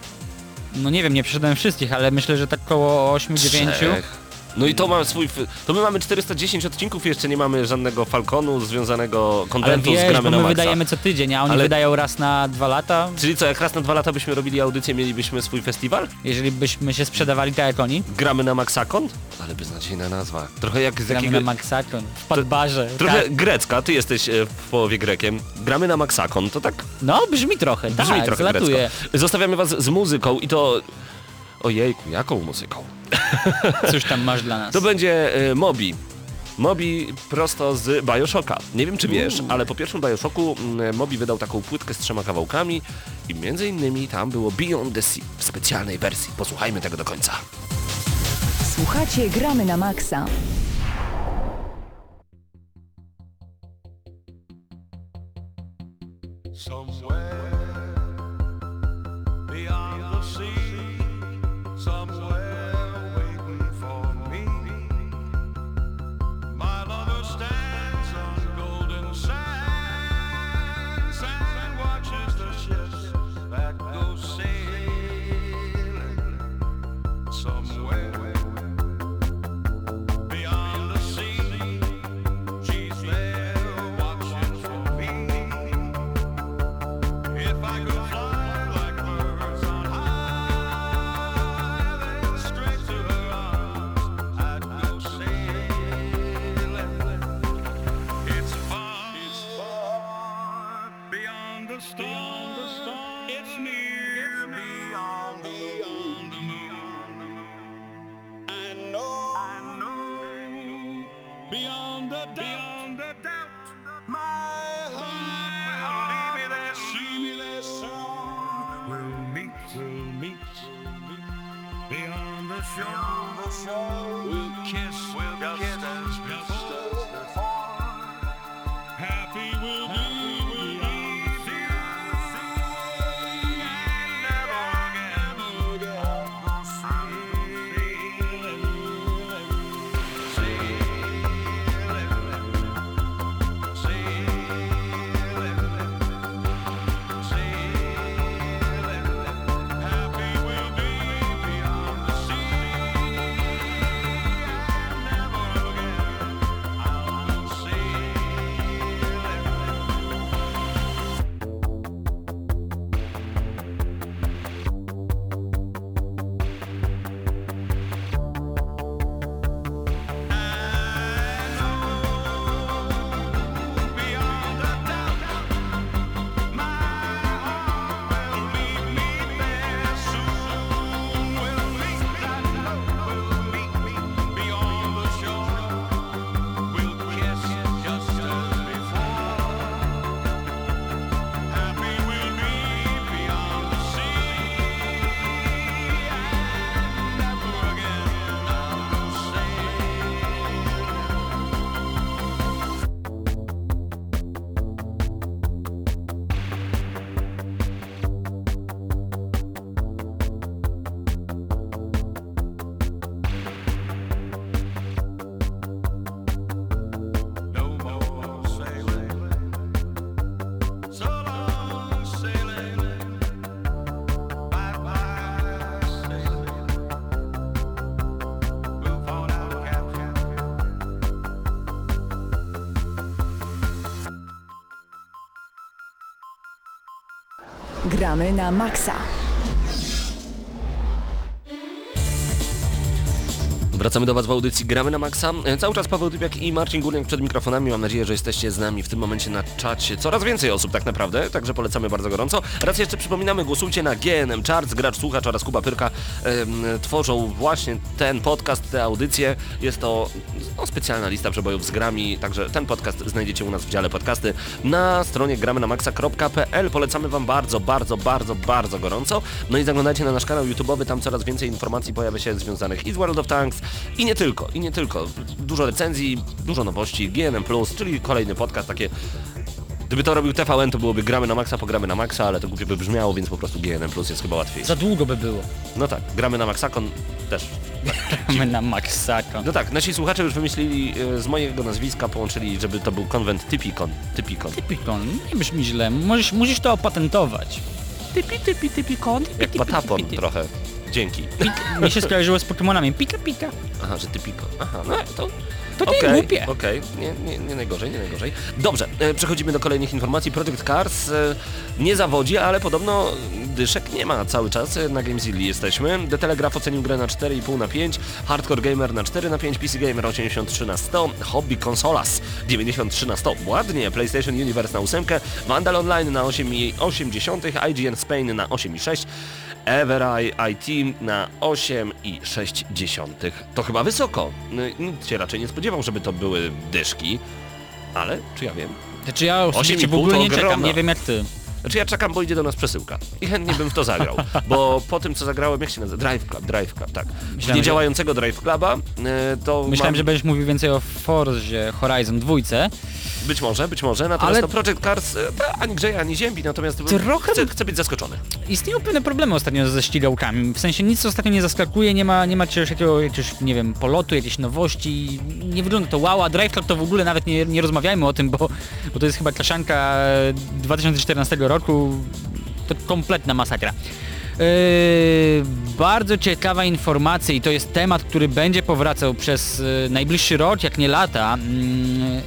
No nie wiem, nie przeszedłem wszystkich, ale myślę, że tak około osiem dziewięć. Trzech. No i to ma swój... f- To my mamy czterysta dziesięć odcinków, jeszcze nie mamy żadnego Falconu związanego Ale kontentu z wiesz, Gramy bo na my Maxa. wydajemy co tydzień, a oni Ale- wydają raz na dwa lata. Czyli co, jak raz na dwa lata byśmy robili audycję, mielibyśmy swój festiwal? Jeżeli byśmy się sprzedawali tak jak oni. Gramy na Maxakon? Ale beznadziejna nazwa. Trochę jak z Gramy jakiego... na Maxakon, w Padbarze. Trochę Tak. grecka, ty jesteś e, w połowie Grekiem. Gramy na Maxakon, to tak No, brzmi trochę, brzmi tak, trochę zlatuje. grecko. Zostawiamy was z muzyką i to... Ojejku, jaką muzyką? Cóż tam masz dla nas? To będzie e, Mobi. Mobi prosto z Bioshocka. Nie wiem czy wiesz, ale po pierwszym Bioshocku mm, Mobi wydał taką płytkę z trzema kawałkami i między innymi tam było Beyond the Sea w specjalnej wersji. Posłuchajmy tego do końca. Słuchacie Gramy na Maxa. Somewhere beyond the sea, somewhere waiting for me. My lover stands on golden sands and watches the ships that go sailing. Somewhere shore, we'll kiss, we'll kiss as before. Happy we'll be, we'll be beyond the sea, and never again, never again, I'll Gramy na maksa. Wracamy do Was w audycji Gramy na Maxa. Cały czas Paweł Typiak i Marcin Górniak przed mikrofonami. Mam nadzieję, że jesteście z nami w tym momencie na czacie. Coraz więcej osób tak naprawdę, także polecamy bardzo gorąco. Raz jeszcze przypominamy, głosujcie na G N M Charts. Gracz Słuchacz oraz Kuba Pyrka em, tworzą właśnie ten podcast, tę audycję. Jest to no, specjalna lista przebojów z grami, także ten podcast znajdziecie u nas w dziale podcasty na stronie gramy na maxa kropka p l. Polecamy Wam bardzo, bardzo, bardzo, bardzo gorąco. No i zaglądajcie na nasz kanał YouTube'owy, tam coraz więcej informacji pojawia się związanych i z World of Tanks, i nie tylko, i nie tylko. Dużo recenzji, dużo nowości, G N M plus, czyli kolejny podcast, takie... Gdyby to robił T V N, to byłoby Gramy na Maxa, pogramy na Maxa, ale to głupio by brzmiało, więc po prostu G N M plus jest chyba łatwiej. Za długo by było. No tak, Gramy na Maxakon też. Gramy na Maxakon. No tak, nasi słuchacze już wymyślili, e, z mojego nazwiska połączyli, żeby to był konwent Typikon. Typikon. Typikon, nie brzmi źle, musisz, musisz to opatentować. Typi, typi, typikon, typi, Jak typi, patapon typi, typi. trochę. Dzięki. Pik, mi się skojarzyło z Pokemonami. Pika, pika. Aha, że Typikon. Aha, no to... To nie Okej, głupie. okej, nie, nie, nie najgorzej, nie najgorzej. Dobrze, e, przechodzimy do kolejnych informacji. Project Cars e, nie zawodzi, ale podobno dyszek nie ma cały czas. Na Gamezilli jesteśmy. The Telegraph ocenił grę na cztery i pół na pięć, Hardcore Gamer na cztery na pięć, P C Gamer osiemdziesiąt trzy na sto, Hobby Consolas dziewięćdziesiąt trzy na sto. Ładnie, PlayStation Universe na osiem, Vandal Online na osiem i osiem dziesiątych, I G N Spain na osiem i sześć, Evereye I T na osiem i sześć dziesiątych. To chyba wysoko. Nikt się raczej nie spodziewał, żeby to były dyszki, ale czy ja wiem? Znaczy ja osobiście w osiem i pół ogóle to nie czekam, ogromna. nie wiem jak ty. Znaczy ja czekam, bo idzie do nas przesyłka i chętnie bym w to zagrał, bo po tym co zagrałem, jak się nazywa? Drive Club, Drive Club, tak. Myślałem, Niedziałającego Drive Cluba, e, to Myślałem, mam... że będziesz mówił więcej o Forzie Horizon dwa. Być może, być może, natomiast Ale- to Project Cars e, ani grzeje, ani ziębi, natomiast Trochę- chcę, chcę być zaskoczony. Istnieją pewne problemy ostatnio ze ścigałkami, w sensie nic ostatnio nie zaskakuje, nie ma, nie ma czegoś takiego, jakiegoś, nie wiem, polotu, jakiejś nowości, nie wygląda to wow, a Drive Club to w ogóle nawet nie, nie rozmawiajmy o tym, bo, bo to jest chyba kaszanka dwa tysiące czternastego roku, to kompletna masakra. Yy, bardzo ciekawa informacja i to jest temat, który będzie powracał przez yy, najbliższy rok, jak nie lata. Yy,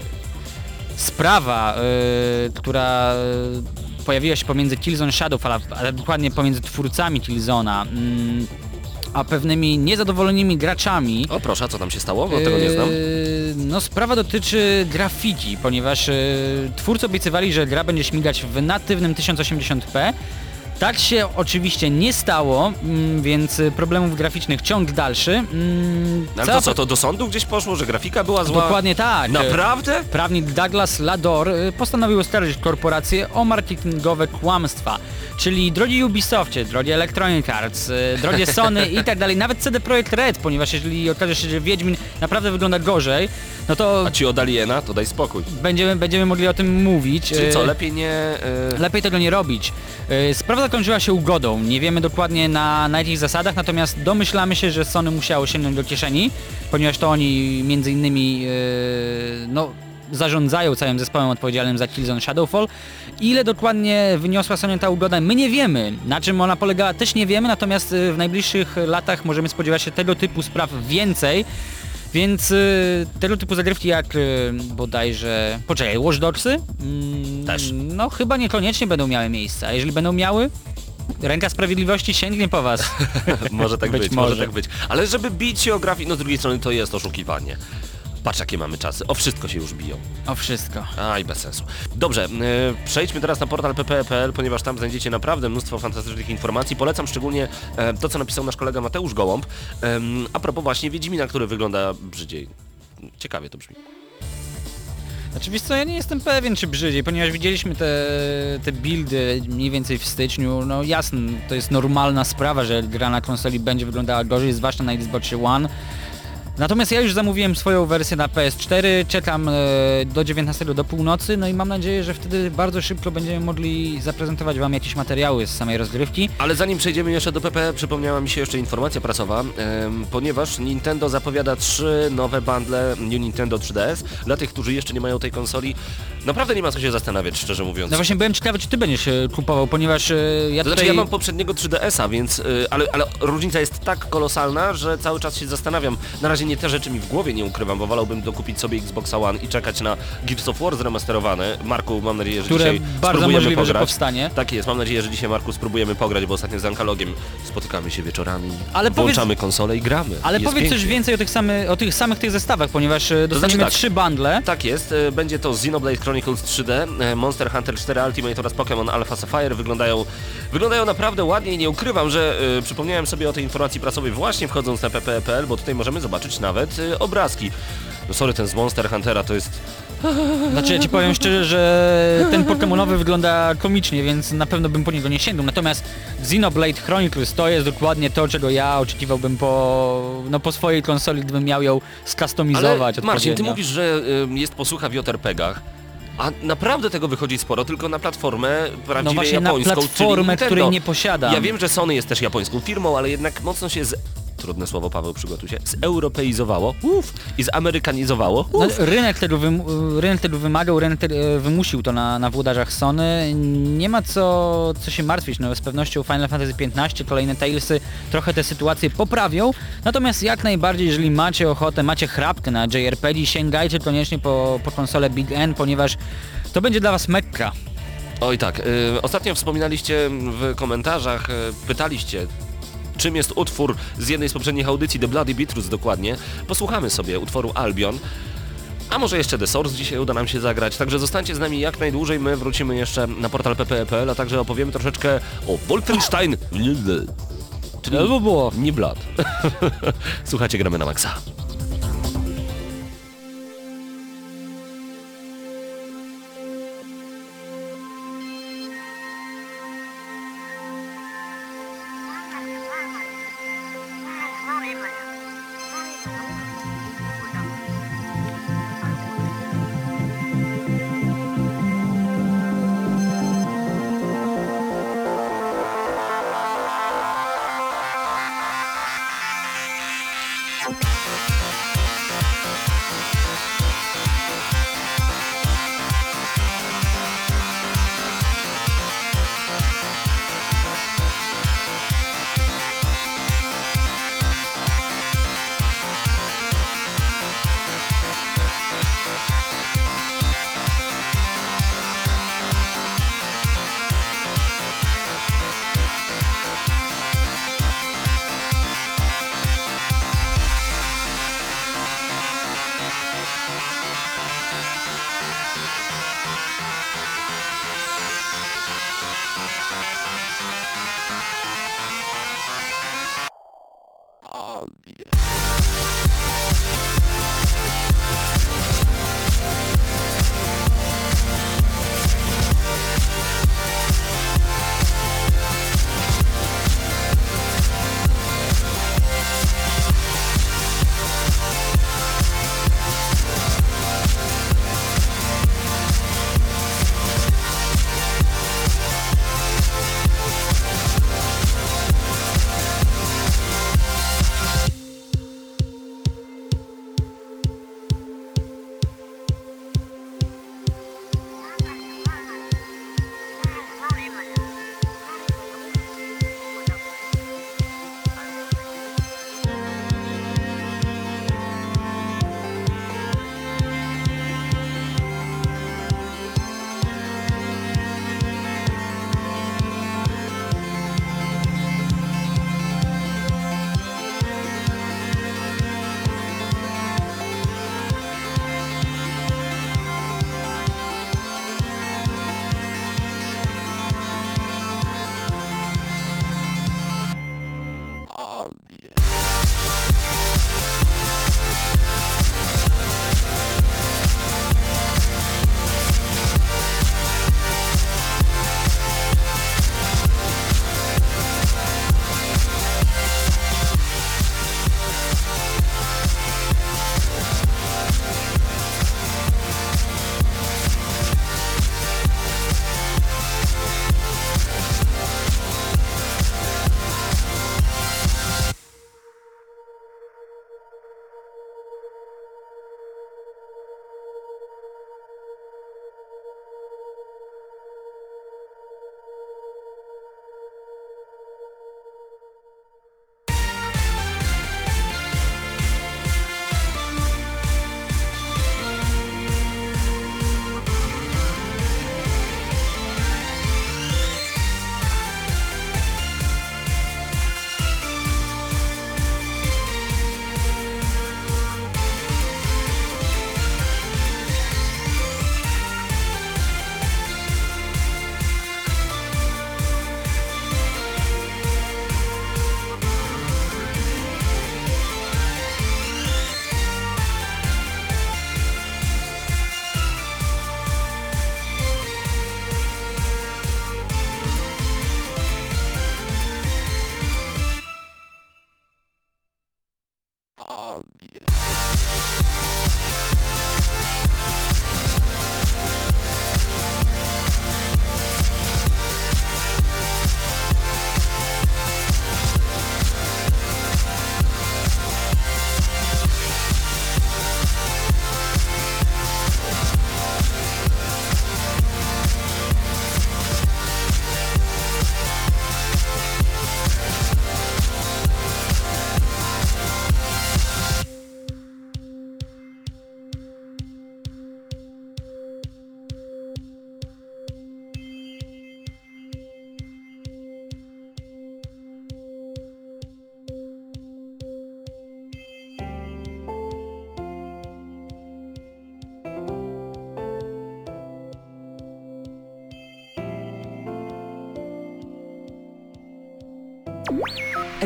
sprawa, yy, która yy, pojawiła się pomiędzy Killzone Shadow, ale, ale dokładnie pomiędzy twórcami Killzona, yy, a pewnymi niezadowolonymi graczami. O proszę, a co tam się stało? Bo tego nie znam. Yy, No sprawa dotyczy grafiki, ponieważ yy, twórcy obiecywali, że gra będzie śmigać w natywnym tysiąc osiemdziesiąt p, Tak się oczywiście nie stało, mm, więc problemów graficznych ciąg dalszy. Mm, Ale cała to co, to do sądu gdzieś poszło, że grafika była zła? Dokładnie tak. Naprawdę? Prawnik Douglas Lador y, postanowił oskarżyć korporację o marketingowe kłamstwa. Czyli drogi Ubisoftie, drogi Electronic Arts, y, drogie Sony i tak dalej, nawet C D Projekt Red, ponieważ jeżeli okaże się, że Wiedźmin naprawdę wygląda gorzej, no to A ci od Aliena, to daj spokój. będziemy, będziemy mogli o tym mówić. Czyli Y, co, lepiej nie... y, Lepiej tego nie robić. Y, Sprawa zakończyła się ugodą. Nie wiemy dokładnie na, na jakich zasadach, natomiast domyślamy się, że Sony musiało sięgnąć do kieszeni, ponieważ to oni między innymi yy, no, zarządzają całym zespołem odpowiedzialnym za Killzone Shadowfall. Ile dokładnie wyniosła Sony ta ugoda, my nie wiemy. Na czym ona polegała, też nie wiemy, natomiast y, w najbliższych latach możemy spodziewać się tego typu spraw więcej. Więc y, tego typu zagrywki jak y, bodajże... Poczekaj, Watch Dogsy? Mm, Też. No chyba niekoniecznie będą miały miejsce, a jeżeli będą miały, ręka sprawiedliwości sięgnie po was. może tak być, Być może może. tak być. Ale żeby bić się o grafik, no z drugiej strony to jest oszukiwanie. Patrz jakie mamy czasy, o wszystko się już biją. O wszystko. Aj, bez sensu. Dobrze, e, przejdźmy teraz na portal p p kropka p l, ponieważ tam znajdziecie naprawdę mnóstwo fantastycznych informacji. Polecam szczególnie e, to, co napisał nasz kolega Mateusz Gołąb. E, a propos właśnie Wiedźmina, który wygląda brzydziej. Ciekawie to brzmi. Znaczy wiesz co, ja nie jestem pewien czy brzydziej, ponieważ widzieliśmy te, te buildy mniej więcej w styczniu. No jasne, to jest normalna sprawa, że gra na konsoli będzie wyglądała gorzej, zwłaszcza na Xboxie One. Natomiast ja już zamówiłem swoją wersję na P S cztery, czekam e, do dziewiętnastego do północy, no i mam nadzieję, że wtedy bardzo szybko będziemy mogli zaprezentować wam jakieś materiały z samej rozgrywki. Ale zanim przejdziemy jeszcze do P P, przypomniała mi się jeszcze informacja prasowa, em, ponieważ Nintendo zapowiada trzy nowe bundle New Nintendo trzy D S. Dla tych, którzy jeszcze nie mają tej konsoli, naprawdę nie ma co się zastanawiać, szczerze mówiąc. No właśnie byłem ciekawy, czy ty będziesz e, kupował, ponieważ e, ja To tutaj... znaczy ja mam poprzedniego trzy D S a, więc, y, ale, ale różnica jest tak kolosalna, że cały czas się zastanawiam. Na razie nie te rzeczy mi w głowie nie ukrywam, bo wolałbym dokupić sobie Xboxa One i czekać na Gears of War zremasterowane. Marku, mam nadzieję, że Które dzisiaj bardzo spróbujemy możliwe, że pograć. powstanie. Tak jest, mam nadzieję, że dzisiaj, Marku, spróbujemy pograć, bo ostatnio z Ankalogiem spotykamy się wieczorami, Ale włączamy konsolę i gramy. Ale Jest powiedz pięknie. coś więcej o tych, samy, o tych samych tych zestawach, ponieważ e, dostaniemy tak. trzy bundle. Tak jest, e, będzie to Xenoblade Chronicles trzy D, e, Monster Hunter cztery Ultimate oraz Pokémon Alpha Sapphire. Wyglądają, wyglądają naprawdę ładnie i nie ukrywam, że e, przypomniałem sobie o tej informacji prasowej właśnie wchodząc na p p kropka p l, bo tutaj możemy zobaczyć nawet e, obrazki. No sorry, ten z Monster Huntera to jest... Znaczy ja ci powiem szczerze, że ten Pokemonowy wygląda komicznie, więc na pewno bym po niego nie sięgnął. Natomiast Xenoblade Chronicles to jest dokładnie to, czego ja oczekiwałbym po, no, po swojej konsoli, gdybym miał ją skustomizować Ale Marcin, ty odpowiednio. mówisz, że y, jest posłucha w J R P G-ach, a naprawdę tego wychodzi sporo, tylko na platformę prawdziwie No właśnie na japońską, czyli platformę, Nintendo. której nie posiadam. Ja wiem, że Sony jest też japońską firmą, ale jednak mocno się z... Trudne słowo, Paweł, przygotuj się. Zeuropeizowało Uf. i zamerykanizowało No, Uf. rynek, tego wym, rynek tego wymagał, rynek te, wymusił to na, na włodarzach Sony. Nie ma co, co się martwić, no z pewnością Final Fantasy piętnaście, kolejne Talesy trochę tę sytuację poprawią. Natomiast jak najbardziej, jeżeli macie ochotę, macie chrapkę na J R P G, sięgajcie koniecznie po, po konsolę Big N, ponieważ to będzie dla was mekka. Oj tak, y, ostatnio wspominaliście w komentarzach, y, pytaliście, czym jest utwór z jednej z poprzednich audycji, The Bloody Beatrus dokładnie. Posłuchamy sobie utworu Albion. A może jeszcze The Source dzisiaj uda nam się zagrać, także zostańcie z nami jak najdłużej, my wrócimy jeszcze na portal p p kropka p l, a także opowiemy troszeczkę o Wolfenstein, czyli Albo było. nie Blood. Słuchajcie, gramy na maksa. We'll be right back.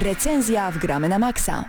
Recenzja w Gramy na Maxa.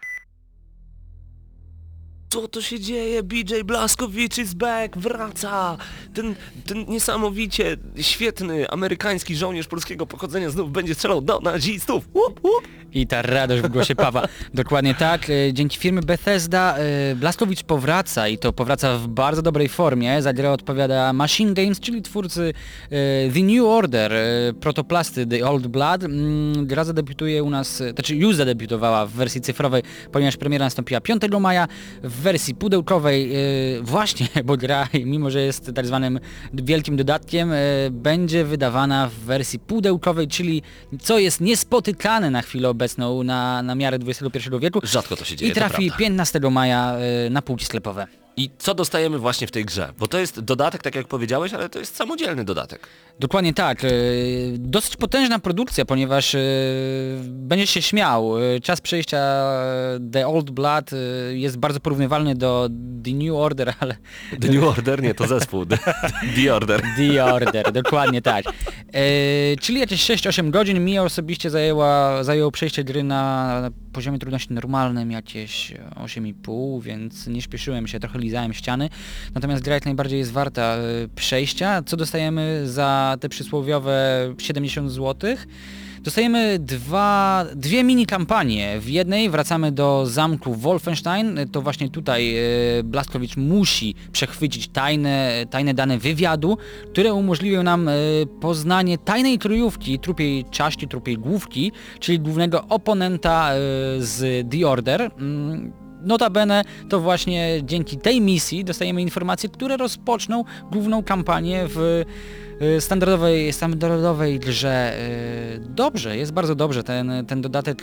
Co to się dzieje? B J Blazkowicz is back, wraca! Ten, ten niesamowicie świetny amerykański żołnierz polskiego pochodzenia znów będzie strzelał do nazistów. Łup, łup. I ta radość w głosie Pawła. Dokładnie tak. E, Dzięki firmy Bethesda e, Blazkowicz powraca i to powraca w bardzo dobrej formie. Za grę odpowiada Machine Games, czyli twórcy e, The New Order, e, protoplasty The Old Blood. Mm, Gra zadebiutuje u nas, e, znaczy już zadebiutowała w wersji cyfrowej, ponieważ premiera nastąpiła piątego maja. W wersji pudełkowej e, właśnie, bo gra, mimo że jest tak zwanym wielkim dodatkiem, e, będzie wydawana w wersji pudełkowej, czyli co jest niespotykane na chwilę obecną na, na miarę dwudziestego pierwszego wieku. Rzadko to się dzieje, I to trafi prawda. piętnastego maja y, na półki sklepowe. I co dostajemy właśnie w tej grze? Bo to jest dodatek, tak jak powiedziałeś, ale to jest samodzielny dodatek. Dokładnie tak. Y, dosyć potężna produkcja, ponieważ y, będziesz się śmiał. Y, czas przejścia The Old Blood y, jest bardzo porównywalny do The New Order, ale... The New Order? Nie, to zespół. The, The Order. The Order, dokładnie tak. Y, czyli jakieś sześć osiem godzin. Mi osobiście zajęła, zajęło przejście gry na poziomie trudności normalnym jakieś osiem i pół, więc nie śpieszyłem się, trochę lizałem ściany. Natomiast gra jak najbardziej jest warta y, przejścia. Co dostajemy za te przysłowiowe siedemdziesiąt złotych? Dostajemy dwa, dwie mini kampanie. W jednej wracamy do zamku Wolfenstein. To właśnie tutaj e, Blazkowicz musi przechwycić tajne, tajne dane wywiadu, które umożliwią nam e, poznanie tajnej kryjówki trupiej czaści, trupiej główki, czyli głównego oponenta e, z The Order. Mm, Notabene to właśnie dzięki tej misji dostajemy informacje, które rozpoczną główną kampanię w standardowej, standardowej grze. Dobrze, jest bardzo dobrze. Ten, ten dodatek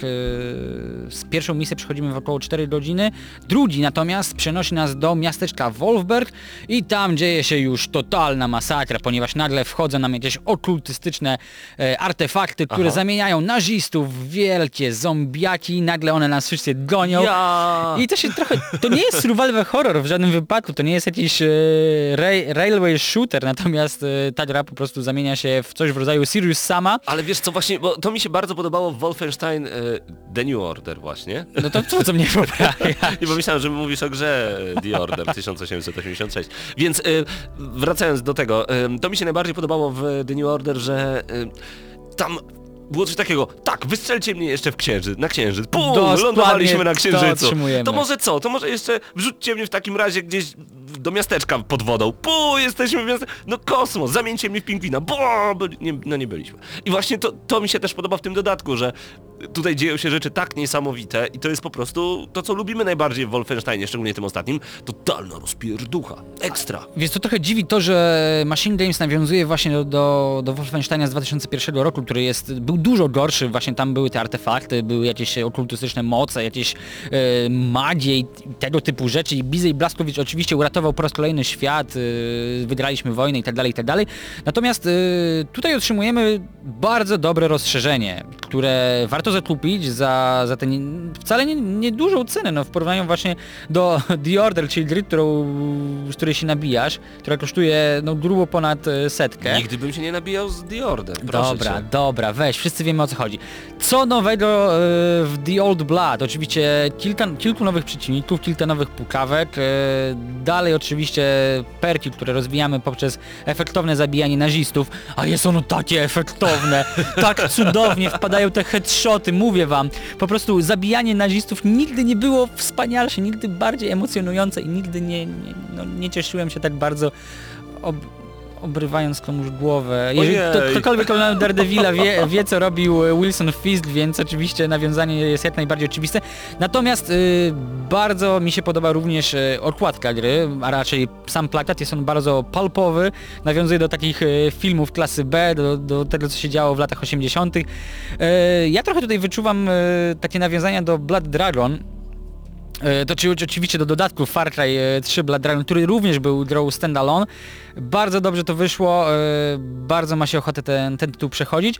z pierwszą misję przechodzimy w około cztery godziny. Drugi natomiast przenosi nas do miasteczka Wolfberg i tam dzieje się już totalna masakra, ponieważ nagle wchodzą nam jakieś okultystyczne artefakty, które Aha. zamieniają nazistów w wielkie zombiaki i nagle one nas wszyscy gonią. Ja! I to się trochę... To nie jest survival horror w żadnym wypadku, to nie jest jakiś e, ra- railway shooter, natomiast e, ta gra po prostu zamienia się w coś w rodzaju Sirius Sama. Ale wiesz co, właśnie, bo to mi się bardzo podobało w Wolfenstein e, The New Order właśnie. No to co, co mnie poprawia? I pomyślałem, że mówisz o grze The Order tysiąc osiemset osiemdziesiąt sześć. Więc e, wracając do tego, e, to mi się najbardziej podobało w The New Order, że e, tam było coś takiego, tak, wystrzelcie mnie jeszcze w księżyc, na księżyc, pum, Dokładnie lądowaliśmy na to księżycu. otrzymujemy. To może co, to może jeszcze wrzućcie mnie w takim razie gdzieś do miasteczka pod wodą, pu, jesteśmy w miasteczku, no kosmos, zamieńcie mnie w pingwina, bo, byli, nie, no nie byliśmy. I właśnie to, to mi się też podoba w tym dodatku, że tutaj dzieją się rzeczy tak niesamowite i to jest po prostu to, co lubimy najbardziej w Wolfensteinie, szczególnie tym ostatnim, totalna rozpierducha, ekstra. Wiesz, to trochę dziwi to, że Machine Games nawiązuje właśnie do, do, do Wolfensteina z dwa tysiące pierwszego roku, który jest, był dużo gorszy, właśnie tam były te artefakty, były jakieś okultystyczne moce, jakieś e, magie i tego typu rzeczy i Bizej Blazkowicz oczywiście uratował po raz kolejny świat, e, wygraliśmy wojnę i tak dalej, i tak dalej. Natomiast e, tutaj otrzymujemy bardzo dobre rozszerzenie, które warto zakupić za, za tę wcale nie, nie dużą cenę, no w porównaniu właśnie do The Order, czyli gry, którą, z której się nabijasz, która kosztuje no grubo ponad e, setkę. Nigdy bym się nie nabijał z The Order, proszę Dobra, cię. dobra, weź, wszyscy wiemy o co chodzi. Co nowego e, w The Old Blood? Oczywiście kilka, kilku nowych przeciwników, kilka nowych pukawek, e, dalej oczywiście perki, które rozwijamy poprzez efektowne zabijanie nazistów, a jest ono takie efektowne, tak cudownie wpadają te headshoty, mówię wam, po prostu zabijanie nazistów nigdy nie było wspanialsze, nigdy bardziej emocjonujące i nigdy nie, nie, no, nie cieszyłem się tak bardzo ob obrywając komuś głowę. Jeżeli Ojej. kto, ktokolwiek oglądał Daredevila wie, wie co robił Wilson Fisk, więc oczywiście nawiązanie jest jak najbardziej oczywiste. Natomiast y, bardzo mi się podoba również y, okładka gry, a raczej sam plakat, jest on bardzo pulpowy, nawiązuje do takich y, filmów klasy B, do, do tego co się działo w latach osiemdziesiątych. Y, ja trochę tutaj wyczuwam y, takie nawiązania do Blood Dragon, to czyli oczywiście do dodatku Far Cry trzy Blood Dragon, który również był grą standalone. Bardzo dobrze to wyszło, bardzo ma się ochotę ten, ten tytuł przechodzić.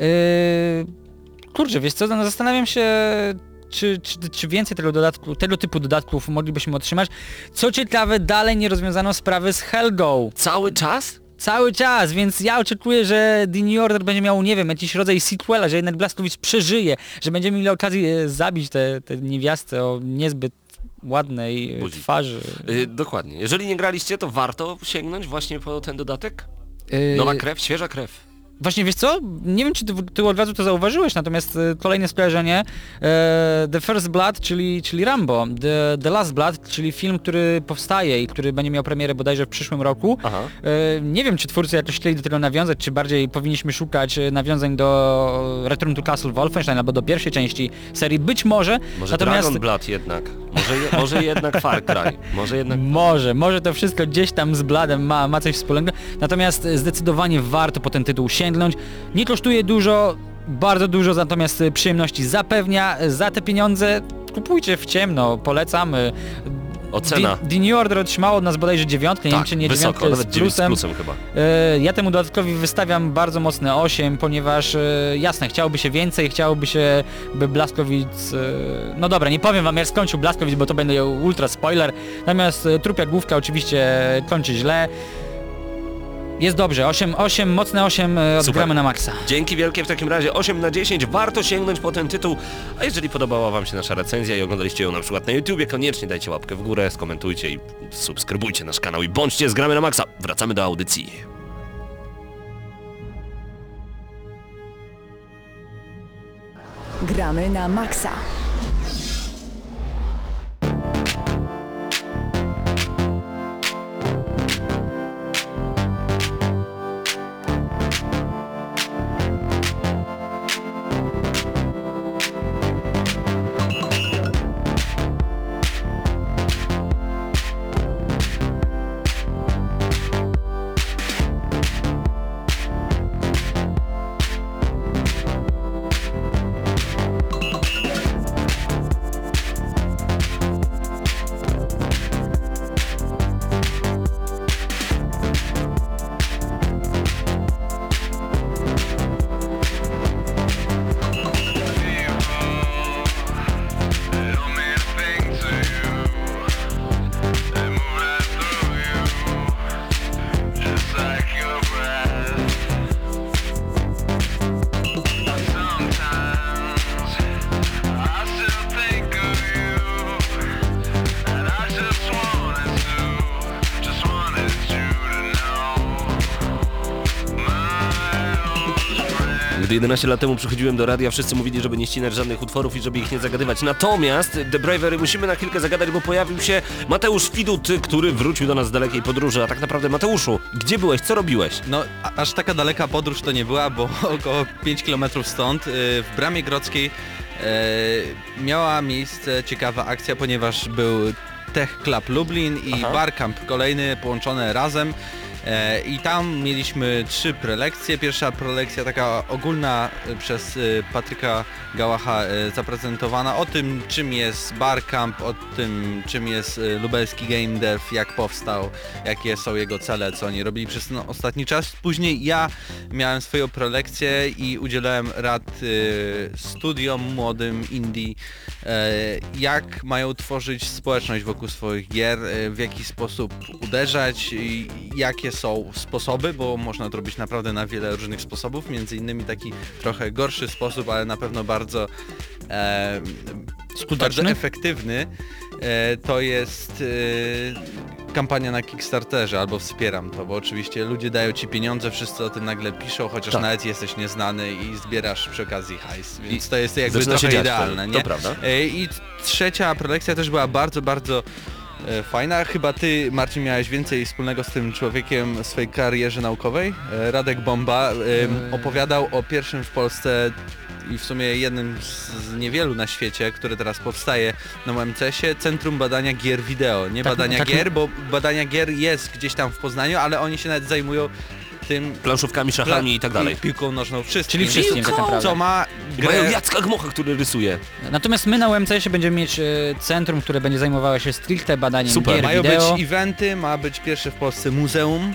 Kurczę, wiesz co, no zastanawiam się, czy, czy, czy więcej tego dodatku, tego typu dodatków moglibyśmy otrzymać. Co ciekawe, dalej nie rozwiązano sprawy z Helgo. Cały czas? Cały czas, więc ja oczekuję, że The New Order będzie miał, nie wiem, jakiś rodzaj sequela, że jednak Blazkowicz przeżyje, że będziemy mieli okazję e, zabić tę te, te niewiastę o niezbyt ładnej e, Buzi. twarzy. Yy, dokładnie. Jeżeli nie graliście, to warto sięgnąć właśnie po ten dodatek? E, Nowa krew, świeża krew. Właśnie wiesz co? Nie wiem, czy ty, ty od razu to zauważyłeś, natomiast e, kolejne skojarzenie e, The First Blood, czyli, czyli Rambo, The, The Last Blood, czyli film, który powstaje i który będzie miał premierę bodajże w przyszłym roku. Aha. E, nie wiem, czy twórcy jakoś chcieli do tego nawiązać, czy bardziej powinniśmy szukać e, nawiązań do Return to Castle Wolfenstein albo do pierwszej części serii, być może. Może natomiast Dragon Blood jednak. Może, je, może jednak Far Cry. Może jednak... Może, może to wszystko gdzieś tam z Bladem ma, ma coś wspólnego, natomiast e, zdecydowanie warto po ten tytuł sięgnąć. Nie kosztuje dużo, bardzo dużo, natomiast e, przyjemności zapewnia. Za te pieniądze kupujcie w ciemno, polecamy. Ocena. The, The New Order otrzymało od nas bodajże dziewiątkę, nie Tak, wiem czy nie wysoko, dziewiątkę nawet z dziewięć z plusem. plusem chyba. E, ja temu dodatkowi wystawiam bardzo mocne osiem, ponieważ e, jasne, chciałoby się więcej, chciałoby się, by Blazkowicz... E, no dobra, nie powiem wam jak skończył Blazkowicz, bo to będzie ultra spoiler, natomiast e, Trupia Główka oczywiście kończy źle. Jest dobrze, osiem, osiem, mocne osiem e, odgramy na maksa. Dzięki wielkie w takim razie, osiem na dziesięć, warto sięgnąć po ten tytuł, a jeżeli podobała wam się nasza recenzja i oglądaliście ją na przykład na YouTubie, koniecznie dajcie łapkę w górę, skomentujcie i subskrybujcie nasz kanał i bądźcie z Gramy na Maxa. Wracamy do audycji. Gramy na maksa. Gdy jedenaście lat temu przychodziłem do radia, wszyscy mówili, żeby nie ścinać żadnych utworów i żeby ich nie zagadywać. Natomiast The Bravery musimy na chwilkę zagadać, bo pojawił się Mateusz Widut, który wrócił do nas z dalekiej podróży. A tak naprawdę, Mateuszu, gdzie byłeś? Co robiłeś? No, a, aż taka daleka podróż to nie była, bo około pięć kilometrów stąd, yy, w Bramie Grodzkiej yy, miała miejsce ciekawa akcja, ponieważ był Tech Club Lublin i Aha. Barcamp kolejny połączone razem. E, I tam mieliśmy trzy prelekcje. Pierwsza prelekcja taka ogólna e, przez e, Patryka Gałacha e, zaprezentowana o tym, czym jest Barcamp, o tym, czym jest e, lubelski game dev, jak powstał, jakie są jego cele, co oni robili przez no, ostatni czas. Później ja miałem swoją prelekcję i udzielałem rad e, studiom młodym indie, e, jak mają tworzyć społeczność wokół swoich gier, e, w jaki sposób uderzać, i jakie są sposoby, bo można to robić naprawdę na wiele różnych sposobów, między innymi taki trochę gorszy sposób, ale na pewno bardzo, e, bardzo efektywny, e, to jest e, kampania na Kickstarterze, albo wspieram to, bo oczywiście ludzie dają ci pieniądze, wszyscy o tym nagle piszą, chociaż Tak. nawet jesteś nieznany i zbierasz przy okazji hajs, więc I to jest jakby zaczyna się trochę dziać idealne, wtedy, nie? to prawda. E, I trzecia prelekcja też była bardzo, bardzo E, fajna. Chyba ty, Marcin, miałeś więcej wspólnego z tym człowiekiem w swojej karierze naukowej. E, Radek Bomba e, opowiadał o pierwszym w Polsce i w sumie jednym z niewielu na świecie, które teraz powstaje na U M C S-ie, Centrum Badania Gier Wideo. Nie Tak, badania tak. gier, bo badania gier jest gdzieś tam w Poznaniu, ale oni się nawet zajmują tym... Planszówkami, szachami i tak dalej. Piłką nożną, wszystkim. Czyli wszystkim tak naprawdę. Co ma I mają grę... Jacka Gmocha, który rysuje. Natomiast my na U M C S-ie będziemy mieć e, centrum, które będzie zajmowało się stricte badaniem Super. gier Mają wideo. być eventy, ma być pierwsze w Polsce muzeum.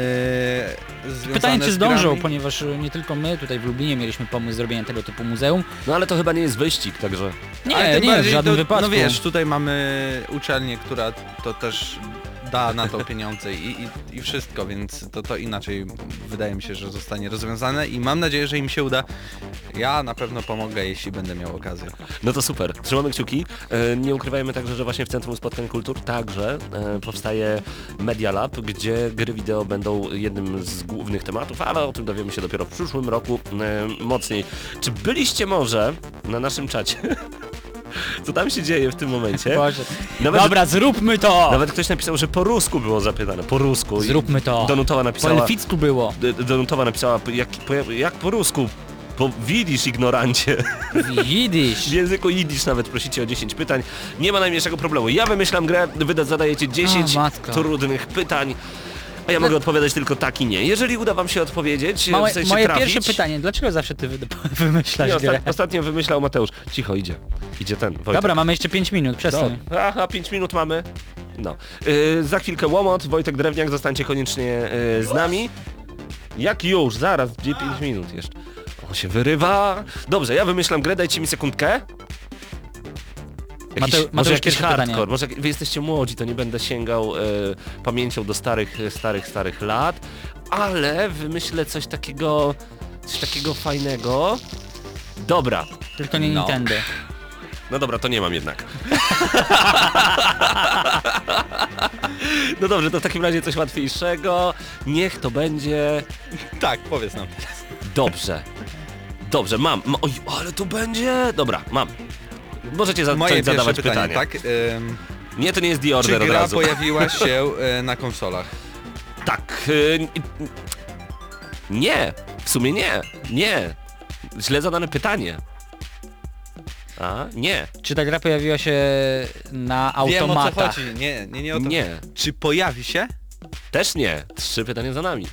Yy, związane Pytanie, czy z zdążą, grami. ponieważ e, nie tylko my tutaj w Lublinie mieliśmy pomysł zrobienia tego typu muzeum. No ale to chyba nie jest wyścig, także... Nie, Ale tym nie jest w bardziej żadnym to, wypadku. No wiesz, tutaj mamy uczelnię, która to też da na to pieniądze i, i, i wszystko, więc to, to inaczej wydaje mi się, że zostanie rozwiązane i mam nadzieję, że im się uda. Ja na pewno pomogę, jeśli będę miał okazję. No to super, trzymamy kciuki. E, nie ukrywajmy także, że właśnie w Centrum Spotkań Kultur także e, powstaje Media Lab, gdzie gry wideo będą jednym z głównych tematów, ale o tym dowiemy się dopiero w przyszłym roku e, mocniej. Czy byliście może na naszym czacie? Co tam się dzieje w tym momencie? Boże. Nawet, Dobra, zróbmy to! Nawet ktoś napisał, że po rusku było zapytane, po rusku. I Zróbmy to. Donutowa Po napisała, elficku było. D- Donutowa napisała, jak po, jak po rusku? Po widzisz, ignorancie. Widzisz. W języku jidysz nawet prosicie o dziesięć pytań. Nie ma najmniejszego problemu. Ja wymyślam grę, wy da- zadajecie dziesięć O, matko. trudnych pytań, a ja mogę odpowiadać tylko tak i nie. Jeżeli uda wam się odpowiedzieć, Małe, w sensie moje trafić... pierwsze pytanie, dlaczego zawsze ty wy, wymyślasz Nie, grę? osta- ostatnio wymyślał Mateusz. Cicho, idzie. Idzie ten, Wojtek. Dobra, mamy jeszcze pięć minut, przestań. No. Aha, pięć minut mamy. No. Yy, za chwilkę Łomot, Wojtek Drewniak, zostańcie koniecznie yy, z nami. Jak już? Zaraz, gdzie pięć minut jeszcze? On się wyrywa. Dobrze, ja wymyślam grę, dajcie mi sekundkę. Jakiś, Mateu- może Mateusz jakiś pierwsze pytanie. hardcore, może jak- wy jesteście młodzi, to nie będę sięgał e, pamięcią do starych, starych, starych lat, ale wymyślę coś takiego, coś takiego fajnego. Dobra, Tylko nie No. Nintendo. no dobra, to nie mam jednak. No dobrze, to w takim razie coś łatwiejszego. Niech to będzie... Tak, powiedz nam. Dobrze. Dobrze, mam. Ma... Oj, ale to będzie... Dobra, mam. Możecie za... Moje zacząć pierwsze zadawać pytanie, pytania. tak? Ym, Nie, to nie jest The czy Order od gra razu. pojawiła się y, na konsolach? Tak. y, Nie. W sumie nie. Nie. Źle zadane pytanie. A, nie. Czy ta gra pojawiła się na Wiem, o co automatach? chodzi. Nie, nie, nie o to. Nie. Czy pojawi się? Też nie. Trzy pytania za nami.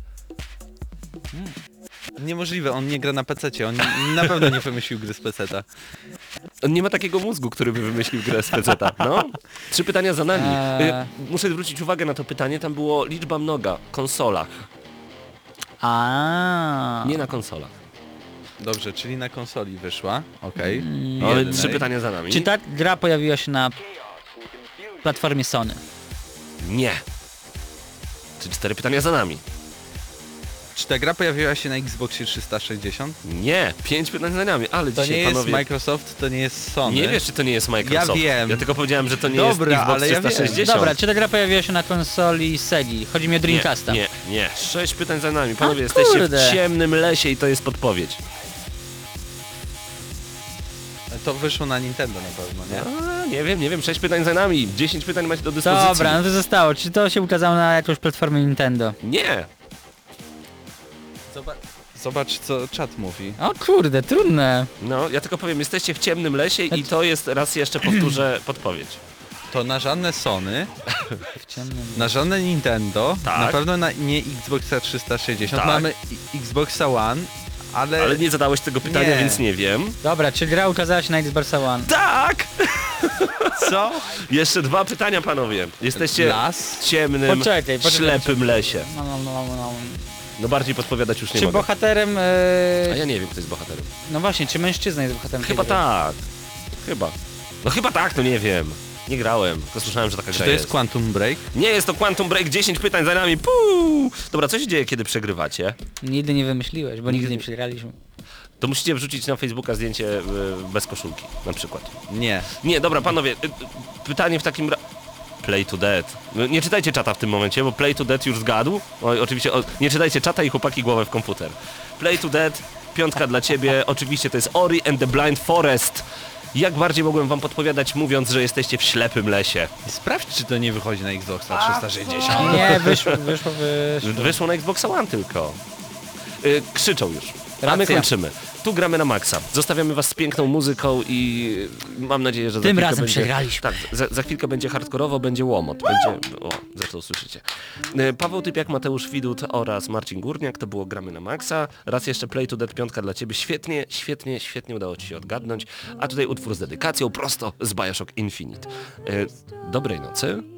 Niemożliwe, on nie gra na pececie, on na pewno nie wymyślił gry z peceta. On nie ma takiego mózgu, który by wymyślił grę z peceta. No. Trzy pytania za nami. Eee. Y, Muszę zwrócić uwagę na to pytanie. Tam było liczba mnoga. Konsolach. A. Nie na konsolach. Dobrze, czyli na konsoli wyszła, okej. Ale Jednej. trzy pytania za nami. Czy ta gra pojawiła się na platformie Sony? Nie. Czy cztery pytania za nami? Czy ta gra pojawiła się na Xboxie trzysta sześćdziesiąt? Nie. Pięć pytań za nami. Ale To dzisiaj nie jest panowie... Microsoft, to nie jest Sony. Nie wiesz, czy to nie jest Microsoft. Ja wiem. Ja tylko powiedziałem, że to nie Dobra, jest Xbox ale ja wiem. trzysta sześćdziesiąt. Dobra, czy ta gra pojawiła się na konsoli Segi? Chodzi mi o Dreamcasta. Nie, nie, nie. Sześć pytań za nami. Panowie, A, jesteście kurde. w ciemnym lesie i to jest podpowiedź. To wyszło na Nintendo na pewno, nie? A, nie wiem, nie wiem. Sześć pytań za nami. Dziesięć pytań macie do dyspozycji. Dobra, no to zostało. Czy to się ukazało na jakąś platformę Nintendo? Nie. Zobacz, zobacz co czat mówi. O kurde, trudne. No, ja tylko powiem, jesteście w ciemnym lesie i to jest, raz jeszcze powtórzę, podpowiedź. To na żadne Sony, W ciemnym... na żadne Nintendo, Tak. na pewno na, nie Xboxa trzysta sześćdziesiąt, Tak. mamy i- Xboxa One, ale... Ale nie zadałeś tego pytania, Nie. więc nie wiem. Dobra, czy gra ukazała się na Xboxa One? Tak! Co? Jeszcze dwa pytania, panowie. Jesteście Las? w ciemnym, Poczekaj, poczekaj, ślepym lesie. No, no, no, no. No bardziej podpowiadać już nie Czy mogę. bohaterem... A E... ja nie wiem, kto jest bohaterem. No właśnie, czy mężczyzna jest bohaterem? tej Chyba gry? tak. Chyba. No chyba tak, no nie wiem. Nie grałem, tylko słyszałem, że taka Czy gra to jest Quantum Break? Nie jest to Quantum Break, dziesięć pytań za nami. Puu! Dobra, co się dzieje, kiedy przegrywacie? Nigdy nie wymyśliłeś, bo nigdy Nigdy- nie przegraliśmy. To musicie wrzucić na Facebooka zdjęcie y, bez koszulki, na przykład. Nie. Nie, dobra, panowie, y, y, pytanie w takim ra... Play to Dead. No, nie czytajcie czata w tym momencie, bo Play to Dead już zgadł. Oj, oczywiście, o, nie czytajcie czata i chłopaki głowę w komputer. Play to Dead, piątka dla ciebie. Oczywiście to jest Ori and the Blind Forest. Jak bardziej mogłem wam podpowiadać, mówiąc, że jesteście w ślepym lesie? Sprawdź, czy to nie wychodzi na Xboxa trzysta sześćdziesiąt. Nie, wyszło, wyszło, wyszło. Wyszło na Xbox One tylko. Y, krzyczą już. A my Racja. kończymy. Tu gramy na maksa. Zostawiamy was z piękną muzyką i mam nadzieję, że za Tym chwilkę razem będzie... przegraliśmy. Tak, za, za chwilkę będzie hardkorowo, będzie łomot. Będzie... O, zresztą słyszycie. Y, Paweł Typiak, Mateusz Widut oraz Marcin Górniak. To było Gramy na maksa. Raz jeszcze Play to Dead piątka dla ciebie. Świetnie, świetnie, świetnie udało ci się odgadnąć. A tutaj utwór z dedykacją prosto z Bioshock Infinite. Y, dobrej nocy.